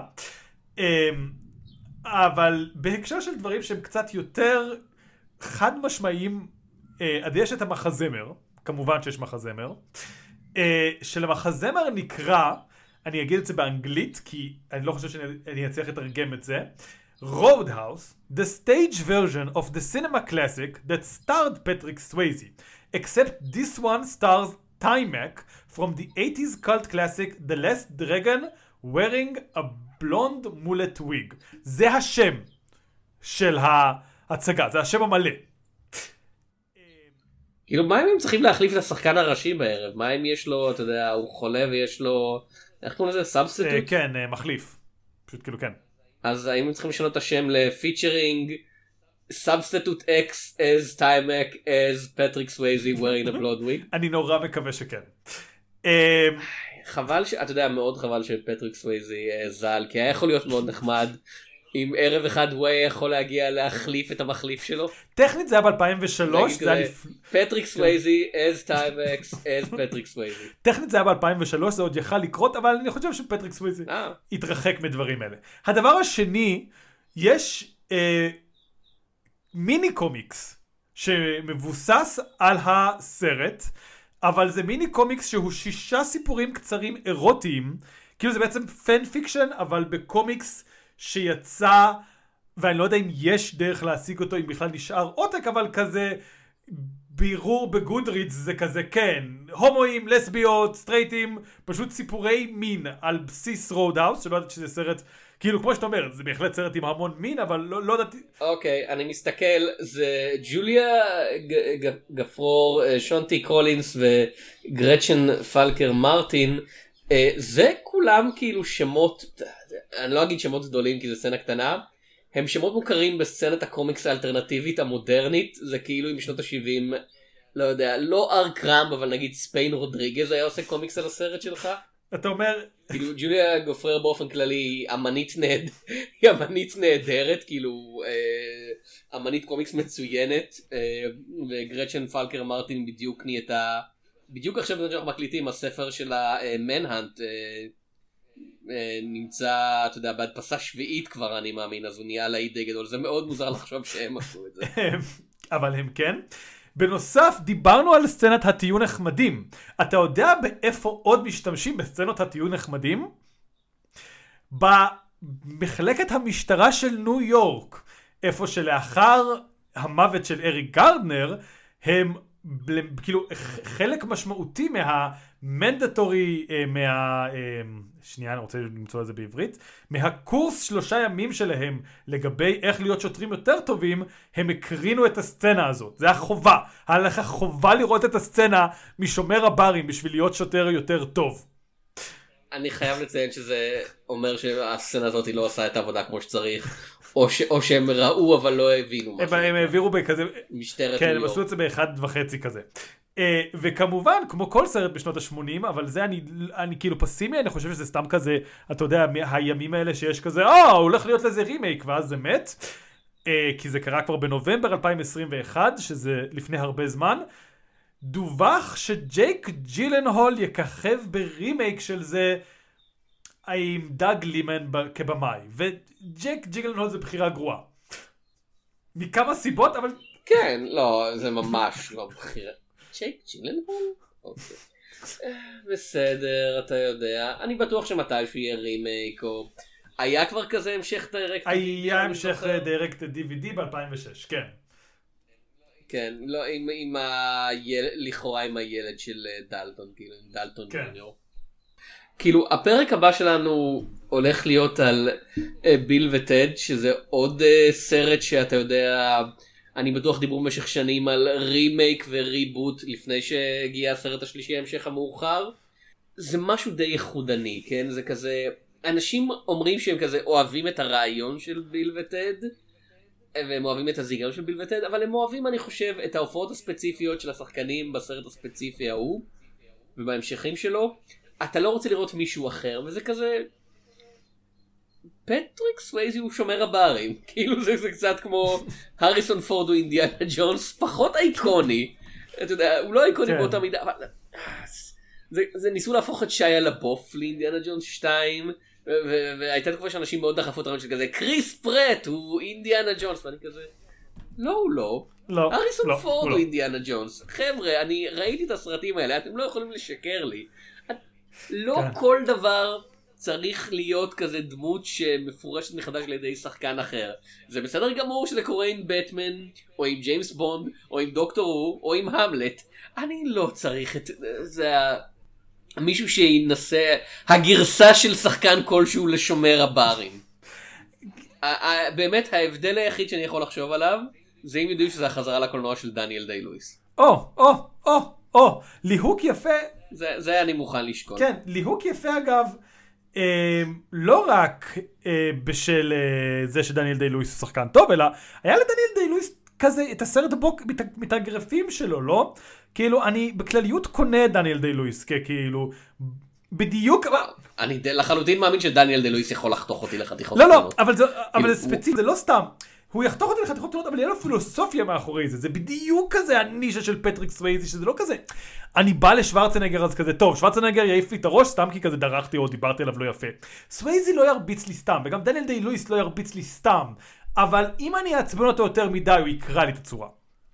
אבל בהקשר של דברים שהם קצת יותר חד משמעיים, עד יש את המחזמר, כמובן שיש מחזמר, שלמחזמר נקרא, אני אגיד את זה באנגלית, כי אני לא חושב שאני אצליח לתרגם את זה, Roadhouse, the stage version of the cinema classic that starred Patrick Swayze, except this one stars Timac from the 80s cult classic The Last Dragon wearing a blonde mullet wig. זה השם של ההצגה, זה השם המלא. כאילו מה אם הם צריכים להחליף את השחקן הראשי בערב? מה אם יש לו, אתה יודע, הוא חולה ויש לו, איך קוראים לזה? סאבסטיטוט? כן, מחליף. פשוט כאילו כן. אז האם הם צריכים לשנות את השם לפיצ'רינג Substitute X as Timac as Patrick Swayze wearing a blonde wig? אני נורא מקווה שכן. חבל אתה יודע, מאוד חבל שפטריק סווייזי ז"ל, כי היה יכול להיות מאוד נחמד אם ערב אחד הוא היה יכול להגיע להחליף את המחליף שלו. טכנית זה היה ב-2003, פטריק סווייזי as Timac as פטריק סווייזי. טכנית זה היה ב-2003, זה עוד יכל לקרות, אבל אני חושב שפטריק סווייזי התרחק מדברים האלה. הדבר השני, יש מיני קומיקס שמבוסס על הסרט, אבל זה מיני קומיקס שהוא 6 סיפורים קצרים אירוטיים, כאילו זה בעצם פן פיקשן, אבל בקומיקס שיצא, ואני לא יודע אם יש דרך להשיג אותו, אם בכלל נשאר עותק, אבל כזה בירור בגודרידס זה כזה כן, הומואים, לסביות, סטרייטים, פשוט סיפורי מין על בסיס רודהאוס, שלא יודעת שזה סרט, כאילו כמו שאתה אומר, זה בהחלט סרט עם המון מין, אבל לא ידעתי. אוקיי, אני מסתכל, זה ג'וליה גפרור, שונטי קולינס וגרצ'ן פלקר מרטין, זה כולם כאילו שמות, אני לא אגיד שמות גדולים כי זה סצנה קטנה, הם שמות מוכרים בסצנת הקומיקס האלטרנטיבית המודרנית, זה כאילו עם שנות ה-70, לא יודע, לא ארק רם, אבל נגיד ספיין רודריגז היה עושה קומיקס על הסרט שלך. אתה אומר... כאילו ג'וליה גופרר באופן כללי היא אמנית נהדרת, כאילו אמנית קומיקס מצוינת, וגרצ'ן פלקר מרטין בדיוק נהייתה, בדיוק עכשיו שאנחנו מקליטים, הספר של המנהנט נמצא, אתה יודע, בהדפסה שביעית כבר אני מאמין, אז הוא נהיה להיט די גדול, זה מאוד מוזר לחשוב שהם עשו את זה. אבל הם כן. בנוסף, דיברנו על סצנת הטיון נחמדים. אתה יודע באיפה עוד משתמשים בסצנות הטיון נחמדים? במחלקת המשטרה של ניו יורק, איפה שלאחר המוות של אריק גרדנר, הם כאילו חלק משמעותי מהמנדטורי, שנייה אני רוצה למצוא את זה בעברית, מהקורס 3 ימים שלהם לגבי איך להיות שוטרים יותר טובים, הם הקרינו את הסצנה הזאת. זה החובה. היה לך חובה לראות את הסצנה משומר הברים בשביל להיות שוטר יותר טוב. אני חייב לציין שזה אומר שהסצנה הזאת לא עושה את העבודה כמו שצריך, או שהם ראו אבל לא הבינו משהו. הם העבירו בכזה... משטרת כן, ניו הם יורק. עשו את זה ב1.5 כזה. וכמובן, כמו כל סרט בשנות ה-80, אבל זה אני כאילו פסימי, אני חושב שזה סתם כזה, אתה יודע, הימים האלה שיש כזה, הולך להיות לזה רימייק, ואז זה מת. כי זה קרה כבר בנובמבר 2021, שזה לפני הרבה זמן. דווח שג'ייק ג'ילנהול יככב ברימייק של זה עם דאג לימן כבמאי, וג'ייק ג'ילנהול זה בחירה גרועה. מכמה סיבות, אבל... כן, לא, זה ממש לא בחירה. ג'ייק ג'ילנהול? אוקיי. בסדר, אתה יודע. אני בטוח שמתישהו יהיה רימייק, או... היה כבר כזה המשך דיירקט? היה המשך דיירקט DVD ב-2006, כן. כן, לא, לכאורה עם הילד של דלטון, כאילו, עם דלטון ג'וניור. כאילו, הפרק הבא שלנו הולך להיות על ביל וטד, שזה עוד סרט שאתה יודע, אני בטוח דיברו במשך שנים על רימייק וריבוט, לפני שהגיע הסרט השלישי, ההמשך המאוחר. זה משהו די ייחודני, כן? זה כזה, אנשים אומרים שהם כזה אוהבים את הרעיון של ביל וטד, והם אוהבים את הזיגרון של ביל וטד, אבל הם אוהבים, אני חושב, את ההופעות הספציפיות של השחקנים בסרט הספציפי ההוא, ובהמשכים שלו. אתה לא רוצה לראות מישהו אחר, וזה כזה... פטריק סווייזי הוא שומר הברים, כאילו זה קצת כמו הריסון פורד או אינדיאנה ג'ונס, פחות אייקוני, אתה יודע, הוא לא אייקוני באותה מידה, אבל... זה ניסו להפוך את שיה לבוף לאינדיאנה ג'ונס 2, והייתה תקופה שאנשים מאוד דחפו את הרעיון של כזה, קריס פרט הוא אינדיאנה ג'ונס, ואני כזה, לא הוא לא, הריסון פורד הוא אינדיאנה ג'ונס, חבר'ה, אני ראיתי את הסרטים האלה, אתם לא יכולים לשקר לי, לא כל דבר צריך להיות כזה דמות שמפורשת מחדש על ידי שחקן אחר, זה בסדר גמור שזה קורה עם בטמן, או עם ג'יימס בונד, או עם דוקטור הו, או עם המלט, אני לא צריך את זה, מישהו שינסה, הגרסה של שחקן כלשהו לשומר הברים. באמת ההבדל היחיד שאני יכול לחשוב עליו, זה אם יודעים שזה החזרה לקולנוע של דניאל דיי לואיס. ליהוק יפה. זה אני מוכן לשקול. כן, ליהוק יפה אגב, לא רק בשל זה שדניאל דיי לואיס הוא שחקן טוב, אלא היה לדניאל דיי לואיס כזה את הסרט הבוק מתאגרפים שלו, לא? כאילו, אני בכלליות קונה את דניאל דיי לואיס, כאילו, בדיוק... אני לחלוטין מאמין שדניאל דיי לואיס יכול לחתוך אותי לחתיכות. לא, אבל זה ספציפי, זה לא סתם. הוא יחתוך אותי לחתיכות קטנות, אבל יהיה לו פילוסופיה מאחורי זה. זה בדיוק כזה הנישה של פטריק סווייזי, שזה לא כזה. אני בא לשוורצנגר אז כזה, טוב, שוורצנגר יעיף לי את הראש, סתם כי כזה דרכתי או דיברתי עליו לא יפה. סווייזי לא ירביץ לי סתם, וגם דניאל דיי לואיס לא ירביץ לי סתם. אבל אם אני אעצבן אותו יותר מדי, הוא יקרא לי את הצורה.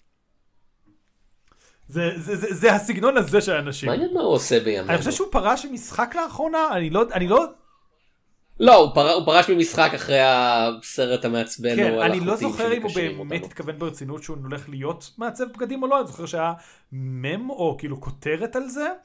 זה הסגנון הזה של האנשים. מעניין מה הוא עושה בימינו. אני חושב שהוא פרש ממשחק לאחרונה, אני לא... לא, הוא פרש ממשחק אחרי הסרט המעצבן. כן, אני לא זוכר אם הוא באמת התכוון ברצינות שהוא הולך להיות מעצב בגדים או לא, אני זוכר שהיה מם או כאילו כותרת על זה.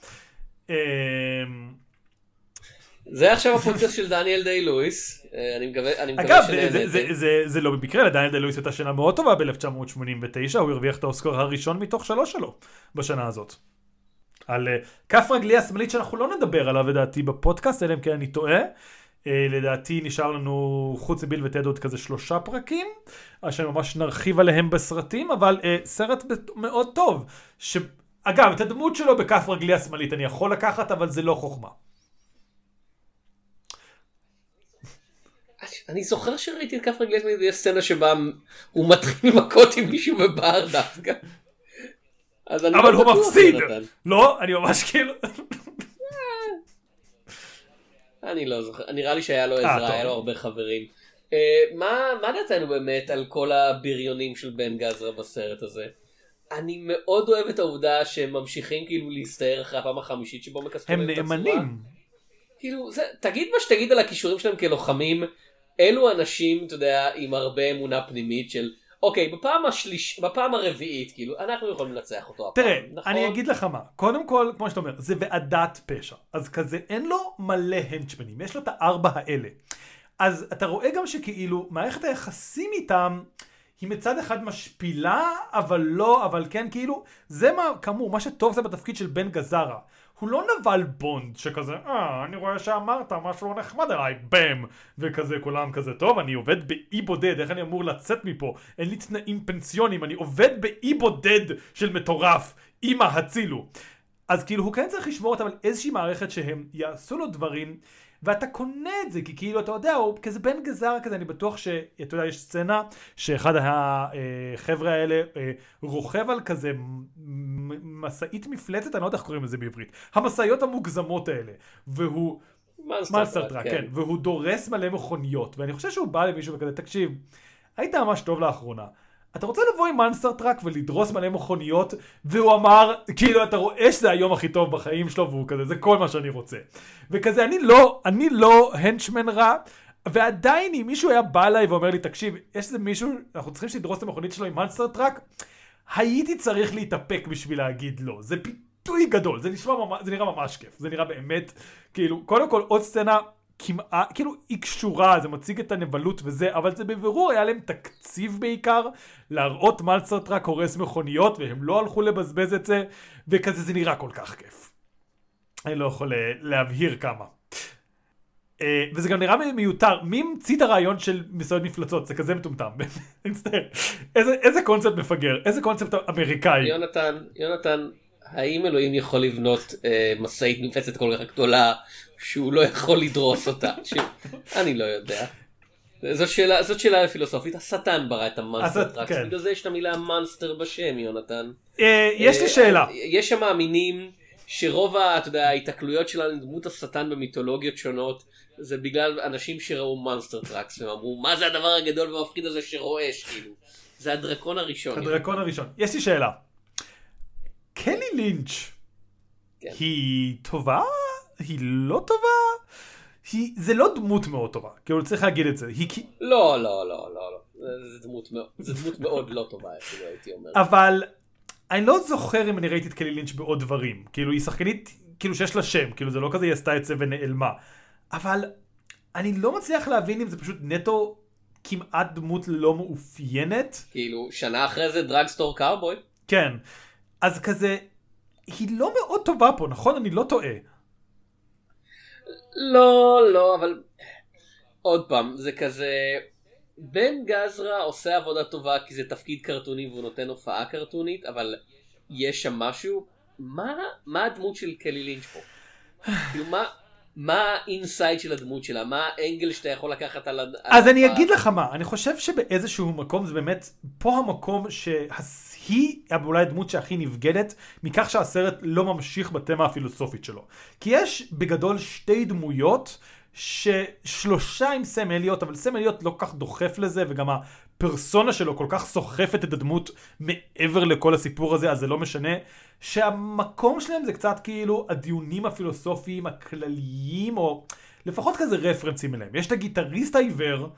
זה עכשיו הפודקאסט של דניאל דיי לואיס, אני מקווה אגב, זה לא במקרה, לדניאל דיי לואיס הייתה שנה מאוד טובה ב-1989, הוא הרוויח את האוסקר הראשון מתוך 3 שלו בשנה הזאת. על כף רגלי השמאלית שאנחנו לא נדבר עליו לדעתי בפודקאסט, אלא אם כן אני טועה. לדעתי נשאר לנו חוץ מביל וטד עוד כזה 3 פרקים, שממש נרחיב עליהם בסרטים, אבל סרט מאוד טוב. אגב, את הדמות שלו בכף רגלי השמאלית אני יכול לקחת, אבל זה לא חוכמה. אני זוכר שראיתי את כף רגלי השמאלית, יש סצנה שבה הוא מתחיל מכות עם מישהו בבר דווקא. אבל הוא מפסיד! לא, אני ממש כאילו... אני לא זוכר, נראה לי שהיה לו עזרה, היה לו הרבה חברים. מה דעתנו באמת על כל הבריונים של בן גזרה בסרט הזה? אני מאוד אוהב את העובדה שהם ממשיכים כאילו להסתער אחרי הפעם החמישית שבו מקסטולים את הצורה. הם נאמנים. כאילו, תגיד מה שתגיד על הכישורים שלהם כלוחמים, אלו אנשים, אתה יודע, עם הרבה אמונה פנימית של, אוקיי, בפעם הרביעית, כאילו, אנחנו יכולים לנצח אותו הפעם. תראה, נכון? אני אגיד לך מה, קודם כל, כמו שאתה אומר, זה ועדת פשע. אז כזה, אין לו מלא הנצ'מנים, יש לו את 4 האלה. אז אתה רואה גם שכאילו, מערכת היחסים איתם, היא מצד אחד משפילה, אבל לא, אבל כן, כאילו, זה מה, כאמור, מה שטוב זה בתפקיד של בן גזרה. הוא לא נבל בונד שכזה, אני רואה שאמרת משהו נחמד עליי, בם, וכזה כולם כזה, טוב, אני עובד באי בודד, איך אני אמור לצאת מפה? אין לי תנאים פנסיונים, אני עובד באי בודד של מטורף, אמא הצילו. אז כאילו הוא כן צריך לשמור אותם על איזושהי מערכת שהם יעשו לו דברים, ואתה קונה את זה, כי כאילו אתה יודע, הוא כזה בן גזרה כזה, אני בטוח שאתה יודע, יש סצנה שאחד החבר'ה האלה רוכב על כזה מסעית מפלצת, אני לא יודע איך קוראים לזה בעברית, המסעיות המוגזמות האלה, והוא מאנסטר טראק, כן, והוא דורס מלא מכוניות, ואני חושב שהוא בא למישהו וכזה, תקשיב, היית ממש טוב לאחרונה, אתה רוצה לבוא עם מאנסטר טראק ולדרוס מלא מכוניות, והוא אמר, כאילו אתה רואה שזה היום הכי טוב בחיים שלו, והוא כזה, זה כל מה שאני רוצה. וכזה, אני לא הנצ'מן רע, ועדיין אם מישהו היה בא אליי ואומר לי, תקשיב, יש איזה מישהו, אנחנו צריכים שתדרוס את המכונית שלו עם מאנסטר טראק, הייתי צריך להתאפק בשביל להגיד לא. זה פיתוי גדול, זה נראה ממש כיף, זה נראה באמת, כאילו, קודם כל עוד סצנה, כמעט, כאילו היא קשורה, זה מציג את הנבלות וזה, אבל זה בבירור היה להם תקציב בעיקר, להראות מאנסטר טראק הורס מכוניות, והם לא הלכו לבזבז את זה, וכזה זה נראה כל כך כיף. אני לא יכול להבהיר כמה. וזה גם נראה מיותר. מי המציא את הרעיון של מסעוד מפלצות? זה כזה מטומטם. אני מצטער. איזה קונספט מפגר? איזה קונספט אמריקאי? יונתן, האם אלוהים יכול לבנות משאית מפלצת כל כך גדולה שהוא לא יכול לדרוס אותה? אני לא יודע. זאת שאלה פילוסופית. השטן ברא את המונסטר טראקס. בגלל זה יש את המילה מונסטר בשם, יונתן. יש לי שאלה. יש שם מאמינים שרוב ההתקלויות שלנו עם דמות השטן במיתולוגיות שונות זה בגלל אנשים שראו מונסטר טראקס והם אמרו מה זה הדבר הגדול והמפחיד הזה שרועש, כאילו זה הדרקון הראשון. הדרקון הראשון. יש לי שאלה. קלי לינץ' היא טובה? היא לא טובה? זה לא דמות מאוד טובה, כאילו צריך להגיד את זה. לא, זה דמות מאוד לא טובה, אפילו הייתי אומר. אבל אני לא זוכר אם אני ראיתי את קלי לינץ' בעוד דברים. כאילו היא שחקנית, כאילו שיש לה שם, כאילו זה לא כזה היא עשתה את זה ונעלמה. אבל אני לא מצליח להבין אם זה פשוט נטו כמעט דמות לא מאופיינת. כאילו שנה אחרי זה דרגסטור קאובוי. כן. אז כזה, היא לא מאוד טובה פה, נכון? אני לא טועה. לא, אבל עוד פעם, זה כזה, בן גזרה עושה עבודה טובה כי זה תפקיד קרטוני והוא נותן הופעה קרטונית, אבל יש שם משהו, מה הדמות של קלי לינץ' פה? כאילו מה האינסייד של הדמות שלה? מה האנגל שאתה יכול לקחת על אז אני אגיד לך מה, אני חושב שבאיזשהו מקום זה באמת פה המקום שהיא אולי הדמות שהכי נבגדת מכך שהסרט לא ממשיך בתמה הפילוסופית שלו. כי יש בגדול שתי דמויות ששלושה עם סם אליוט, אבל סם אליוט לא כך דוחף לזה וגם הפרסונה שלו כל כך סוחפת את הדמות מעבר לכל הסיפור הזה, אז זה לא משנה. שהמקום שלהם זה קצת כאילו הדיונים הפילוסופיים הכלליים, או לפחות כזה רפרנסים אליהם. יש את הגיטריסט העיוור,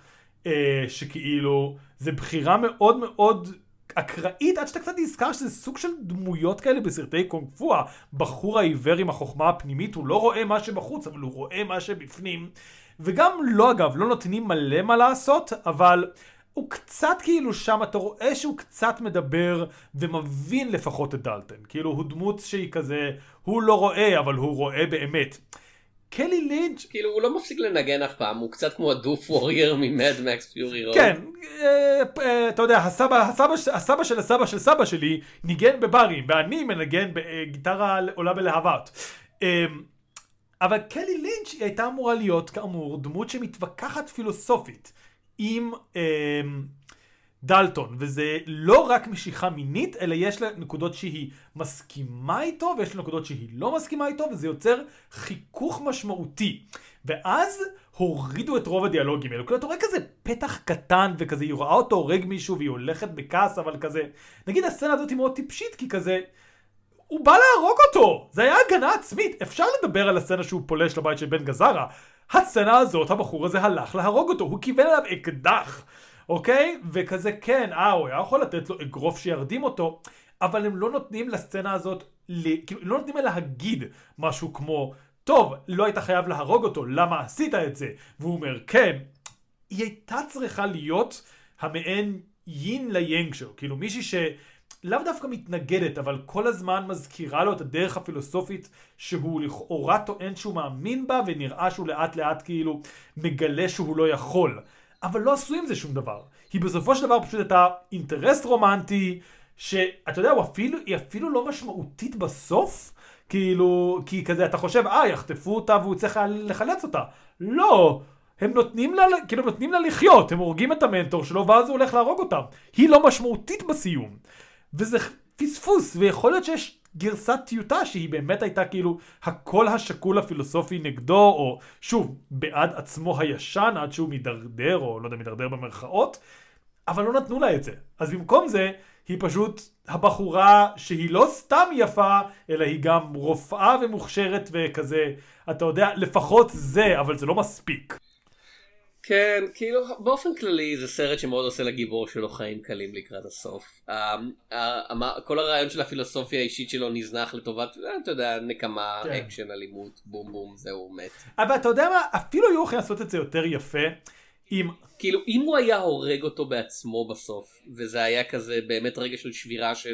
שכאילו זה בחירה מאוד מאוד אקראית, עד שאתה קצת נזכר שזה סוג של דמויות כאלה בסרטי קונג פו. הבחור העיוור עם החוכמה הפנימית, הוא לא רואה מה שבחוץ, אבל הוא רואה מה שבפנים. וגם לא, אגב, לא נותנים מלא מה לעשות, אבל הוא קצת כאילו שם, אתה רואה שהוא קצת מדבר ומבין לפחות את דלטון. כאילו הוא דמות שהיא כזה, הוא לא רואה, אבל הוא רואה באמת. קלי לינץ' כאילו הוא לא מפסיק לנגן אף פעם, הוא קצת כמו הדוף וורייר ממד מקס פיורי רוד. כן, אתה יודע, הסבא של הסבא של סבא שלי ניגן בברים, ואני מנגן בגיטרה עולה בלהבות. אבל קלי לינץ' היא הייתה אמורה להיות כאמור דמות שמתווכחת פילוסופית עם דלטון, וזה לא רק משיכה מינית, אלא יש לה נקודות שהיא מסכימה איתו, ויש לה נקודות שהיא לא מסכימה איתו, וזה יוצר חיכוך משמעותי. ואז הורידו את רוב הדיאלוגים האלו. כאילו אתה רואה כזה פתח קטן, וכזה היא רואה אותו הורג מישהו, והיא הולכת בכעס, אבל כזה, נגיד הסצנה הזאת היא מאוד טיפשית, כי כזה, הוא בא להרוג אותו! זה היה הגנה עצמית. אפשר לדבר על הסצנה שהוא פולש לבית של בן גזרה. הסצנה הזאת, הבחור הזה הלך להרוג אותו, הוא כיוון עליו אקדח. אוקיי? וכזה כן, הוא היה יכול לתת לו אגרוף שירדים אותו, אבל הם לא נותנים לסצנה הזאת, כאילו, לא נותנים לה להגיד משהו כמו, טוב, לא היית חייב להרוג אותו, למה עשית את זה? והוא אומר, כן, היא הייתה צריכה להיות המעין יין ליינג שלו, כאילו מישהי שלאו דווקא מתנגדת, אבל כל הזמן מזכירה לו את הדרך הפילוסופית שהוא לכאורה טוען שהוא מאמין בה, ונראה שהוא לאט לאט כאילו מגלה שהוא לא יכול. אבל לא עשו עם זה שום דבר. היא בסופו של דבר פשוט הייתה אינטרס רומנטי, שאתה יודע, היא אפילו לא משמעותית בסוף, כאילו, כי כזה אתה חושב, יחטפו אותה והוא צריך לחלץ אותה. לא, הם נותנים לה לחיות, הם הורגים את המנטור שלו, ואז הוא הולך להרוג אותה. היא לא משמעותית בסיום. וזה פספוס, ויכול להיות שיש גרסת טיוטה שהיא באמת הייתה כאילו הקול השקול הפילוסופי נגדו, או שוב, בעד עצמו הישן עד שהוא מדרדר, או לא יודע, מדרדר במרכאות, אבל לא נתנו לה את זה. אז במקום זה, היא פשוט הבחורה שהיא לא סתם יפה, אלא היא גם רופאה ומוכשרת וכזה, אתה יודע, לפחות זה, אבל זה לא מספיק. כן, כאילו באופן כללי זה סרט שמאוד עושה לגיבור שלו חיים קלים לקראת הסוף. כל הרעיון של הפילוסופיה האישית שלו נזנח לטובת, אתה יודע, נקמה, אקשן, אלימות, בום בום, זהו מת. אבל אתה יודע מה, אפילו היו יכולים לעשות את זה יותר יפה, כאילו אם הוא היה הורג אותו בעצמו בסוף, וזה היה כזה באמת רגע של שבירה של,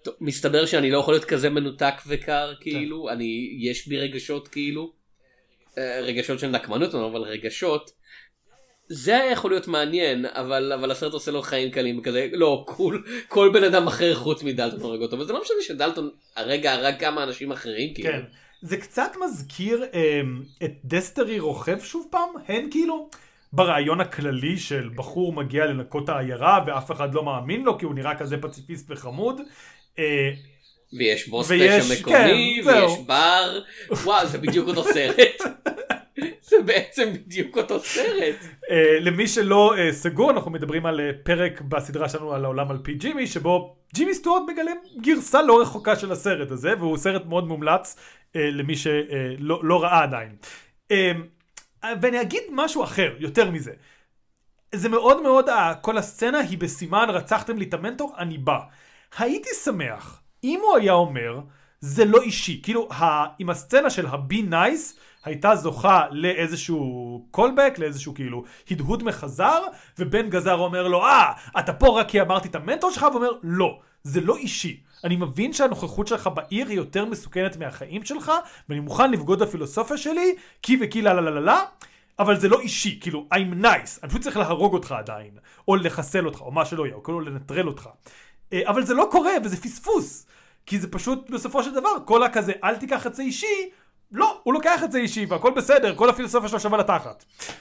מסתבר שאני לא יכול להיות כזה מנותק וקר, כאילו, יש בי רגשות כאילו, רגשות של נקמנות, אבל רגשות, זה היה יכול להיות מעניין, אבל הסרט עושה לו חיים קלים כזה, לא, כל בן אדם אחר חוץ מדלטון הורג אותו, וזה לא משנה שדלטון הרגע הרג כמה אנשים אחרים, כאילו. כן, זה קצת מזכיר את דסטרי רוכב שוב פעם, הן כאילו ברעיון הכללי של בחור מגיע לנקות העיירה ואף אחד לא מאמין לו כי הוא נראה כזה פציפיסט וחמוד. ויש בוס פשע מקומי, כן, ויש בר, וואו, זה בדיוק אותו סרט. זה בעצם בדיוק אותו סרט. למי שלא סגור, אנחנו מדברים על פרק בסדרה שלנו על העולם על פי ג'ימי, שבו ג'ימי סטוארט מגלם גרסה לא רחוקה של הסרט הזה, והוא סרט מאוד מומלץ למי שלא ראה עדיין. ואני אגיד משהו אחר, יותר מזה. זה מאוד מאוד, כל הסצנה היא בסימן, רצחתם לי את המנטור, אני בא. הייתי שמח, אם הוא היה אומר, זה לא אישי. כאילו, עם הסצנה של הבי נייס, הייתה זוכה לאיזשהו קולבק, לאיזשהו כאילו הדהוד מחזר, ובן גזר אומר לו, אתה פה רק כי אמרתי את המנטור שלך, ואומר, לא, זה לא אישי. אני מבין שהנוכחות שלך בעיר היא יותר מסוכנת מהחיים שלך, ואני מוכן לבגוד בפילוסופיה שלי, כי וכי לה, אבל זה לא אישי, כאילו, I'm nice, אני פשוט צריך להרוג אותך עדיין, או לחסל אותך, או מה שלא יהיה, או כאילו לנטרל אותך. אבל זה לא קורה, וזה פספוס, כי זה פשוט בסופו של דבר, כל הכזה, אל תיקח את זה אישי, לא, הוא לוקח את זה אישי, והכל בסדר, כל הפילוסופיה שלו שווה לתחת.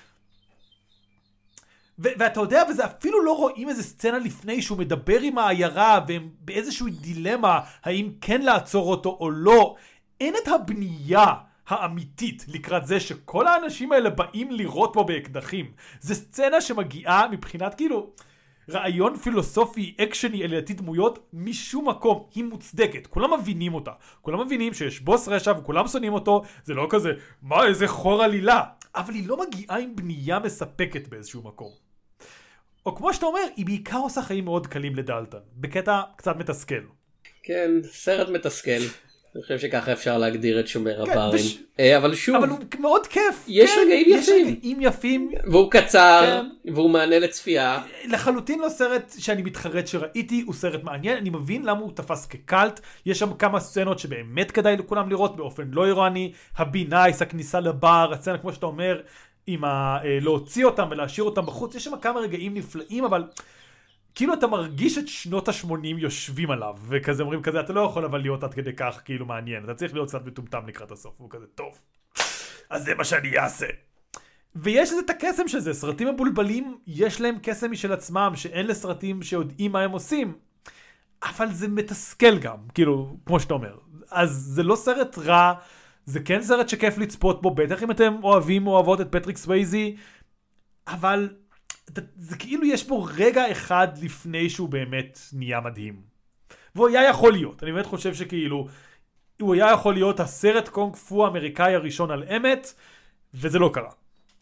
ואתה יודע, וזה אפילו לא רואים איזה סצנה לפני שהוא מדבר עם העיירה, והם באיזשהו דילמה, האם כן לעצור אותו או לא. אין את הבנייה האמיתית לקראת זה שכל האנשים האלה באים לירות בו באקדחים. זה סצנה שמגיעה מבחינת כאילו רעיון פילוסופי, אקשני, עלייתי דמויות, משום מקום. היא מוצדקת, כולם מבינים אותה. כולם מבינים שיש בוס רשע וכולם שונאים אותו, זה לא כזה, מה איזה חור עלילה. אבל היא לא מגיעה עם בנייה מספקת באיזשהו מקום. או כמו שאתה אומר, היא בעיקר עושה חיים מאוד קלים לדלטון, בקטע קצת מתסכל. כן, סרט מתסכל. אני חושב שככה אפשר להגדיר את שומר הברים. אבל שוב, אבל הוא מאוד כיף. יש כן, רגעים יפים. יש רגעים יפים. והוא קצר, כן. והוא מענה לצפייה. לחלוטין לא סרט שאני מתחרט שראיתי, הוא סרט מעניין, אני מבין למה הוא תפס כקלט, יש שם כמה סצנות שבאמת כדאי לכולם לראות באופן לא אירוני, הבי נייס, הכניסה לבר, הסצנה כמו שאתה אומר, עם להוציא אותם ולהשאיר אותם בחוץ, יש שם כמה רגעים נפלאים, אבל כאילו אתה מרגיש את שנות ה-80 יושבים עליו, וכזה אומרים כזה, אתה לא יכול אבל להיות עד כדי כך כאילו מעניין, אתה צריך להיות קצת מטומטם לקראת הסוף, הוא כזה טוב, אז זה מה שאני אעשה. ויש את הקסם של זה, סרטים מבולבלים, יש להם קסם משל עצמם, שאין לסרטים שיודעים מה הם עושים, אבל זה מתסכל גם, כאילו, כמו שאתה אומר. אז זה לא סרט רע, זה כן סרט שכיף לצפות בו, בטח אם אתם אוהבים או אוהבות את פטריק סווייזי, אבל זה כאילו יש בו רגע אחד לפני שהוא באמת נהיה מדהים. והוא היה יכול להיות, אני באמת חושב שכאילו, הוא היה יכול להיות הסרט קונג פו האמריקאי הראשון על אמת, וזה לא קרה.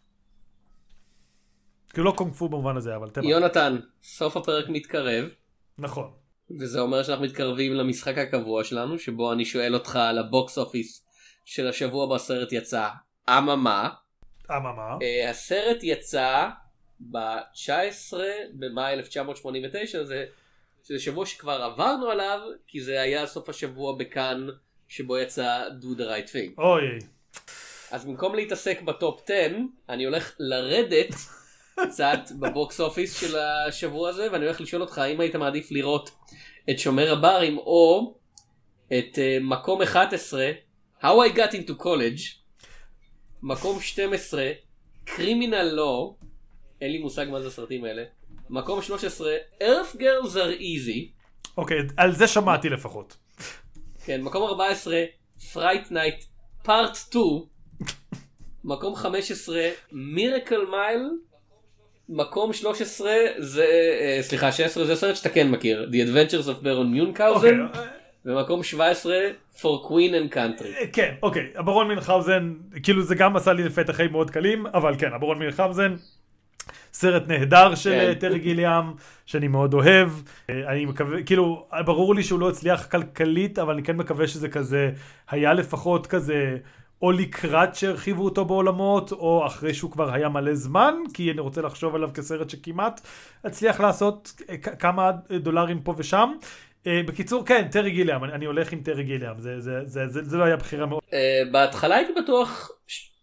כאילו לא קונג פו במובן הזה, אבל תמה. יונתן, סוף הפרק מתקרב. נכון. וזה אומר שאנחנו מתקרבים למשחק הקבוע שלנו, שבו אני שואל אותך על הבוקס אופיס של השבוע בסרט יצא. אממה. הסרט יצא ב-19 במאי 1989, שזה שבוע שכבר עברנו עליו, כי זה היה סוף השבוע בכאן שבו יצא Do the Right Thing. אוי. אז במקום להתעסק בטופ 10, אני הולך לרדת קצת בבוקס אופיס של השבוע הזה, ואני הולך לשאול אותך האם היית מעדיף לראות את שומר הברים, או את מקום 11, How I Got Into College, מקום 12, Criminal Law, אין לי מושג מה זה הסרטים האלה, מקום 13, Earth Girls Are Easy. אוקיי, על זה שמעתי לפחות. כן, מקום 14, Fright Night Part 2, מקום 15, Miracle Mile, מקום 13 זה, סליחה, 16 זה סרט שאתה כן מכיר, The Adventures of Baron Munchausen, ומקום 17, For Queen and Country. כן, אוקיי, הברון מינכאוזן, כאילו זה גם עשה לי לפתח חיים מאוד קלים, אבל כן, הברון מינכאוזן, סרט נהדר של טרי גיליאם, שאני מאוד אוהב, אני מקווה, כאילו, ברור לי שהוא לא הצליח כלכלית, אבל אני כן מקווה שזה כזה, היה לפחות כזה, או לקראת שהרחיבו אותו בעולמות, או אחרי שהוא כבר היה מלא זמן, כי אני רוצה לחשוב עליו כסרט שכמעט הצליח לעשות כמה דולרים פה ושם. בקיצור, כן, טרי גיליאם, אני הולך עם טרי גיליאם, זה לא היה בחירה מאוד. בהתחלה הייתי בטוח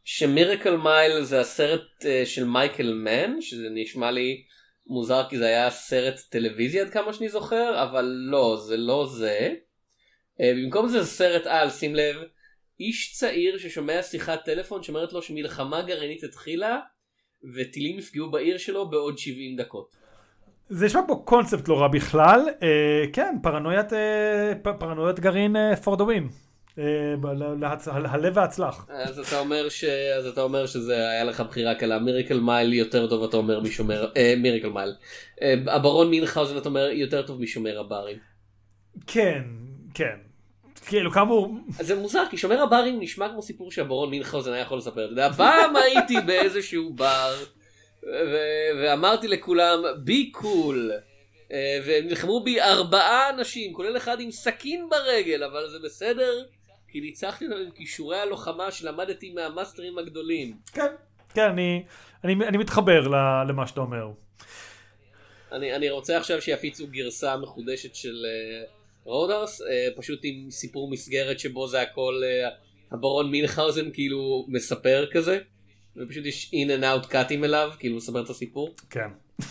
שמירקל מייל זה הסרט של מייקל מן, שזה נשמע לי מוזר כי זה היה סרט טלוויזיה עד כמה שאני זוכר, אבל לא, זה לא זה. במקום זה סרט על, שים לב, איש צעיר ששומע שיחת טלפון שאומרת לו שמלחמה גרעינית התחילה, וטילים יפגעו בעיר שלו בעוד 70 דקות. זה נשמע פה קונספט לא רע בכלל, כן, פרנויית גרעין for the win. הלב והצלח. אז אתה אומר שזה היה לך בחירה קלה. מירקל מייל יותר טוב, אתה אומר, משומר מירקל מייל. הברון מינכאוזן, אתה אומר, יותר טוב משומר הברים. כן, כן. כאילו כאמור... אז זה מוזר, כי שומר הברים נשמע כמו סיפור שהברון מינכאוזן היה יכול לספר. אתה יודע, פעם הייתי באיזשהו בר, ואמרתי לכולם, בי קול. ונלחמו בי 4 אנשים, כולל אחד עם סכין ברגל, אבל זה בסדר, כי ניצחתי עם כישורי הלוחמה שלמדתי מהמאסטרים הגדולים. כן, כן, אני מתחבר למה שאתה אומר. אני רוצה עכשיו שיפיצו גרסה מחודשת של רודהאוס, פשוט עם סיפור מסגרת שבו זה הכל הברון מינכאוזן כאילו מספר כזה, ופשוט יש in and out קאטים אליו, כאילו מספר את הסיפור. כן.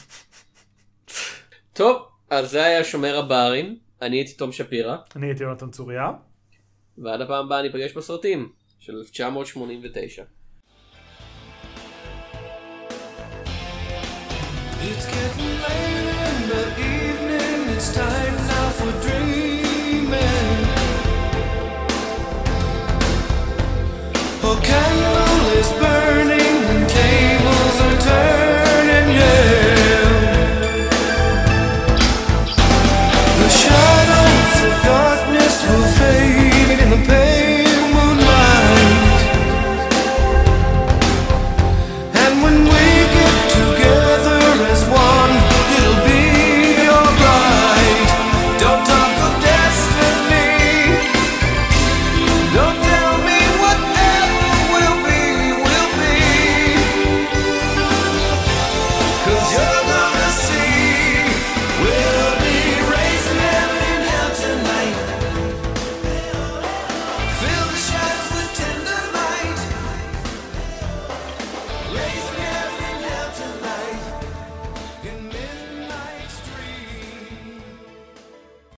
טוב, אז זה היה שומר הברים, אני הייתי תום שפירא. אני הייתי יונתן צוריה. ועד הפעם הבאה ניפגש בסרטים של 1989. It's getting late in the evening, it's time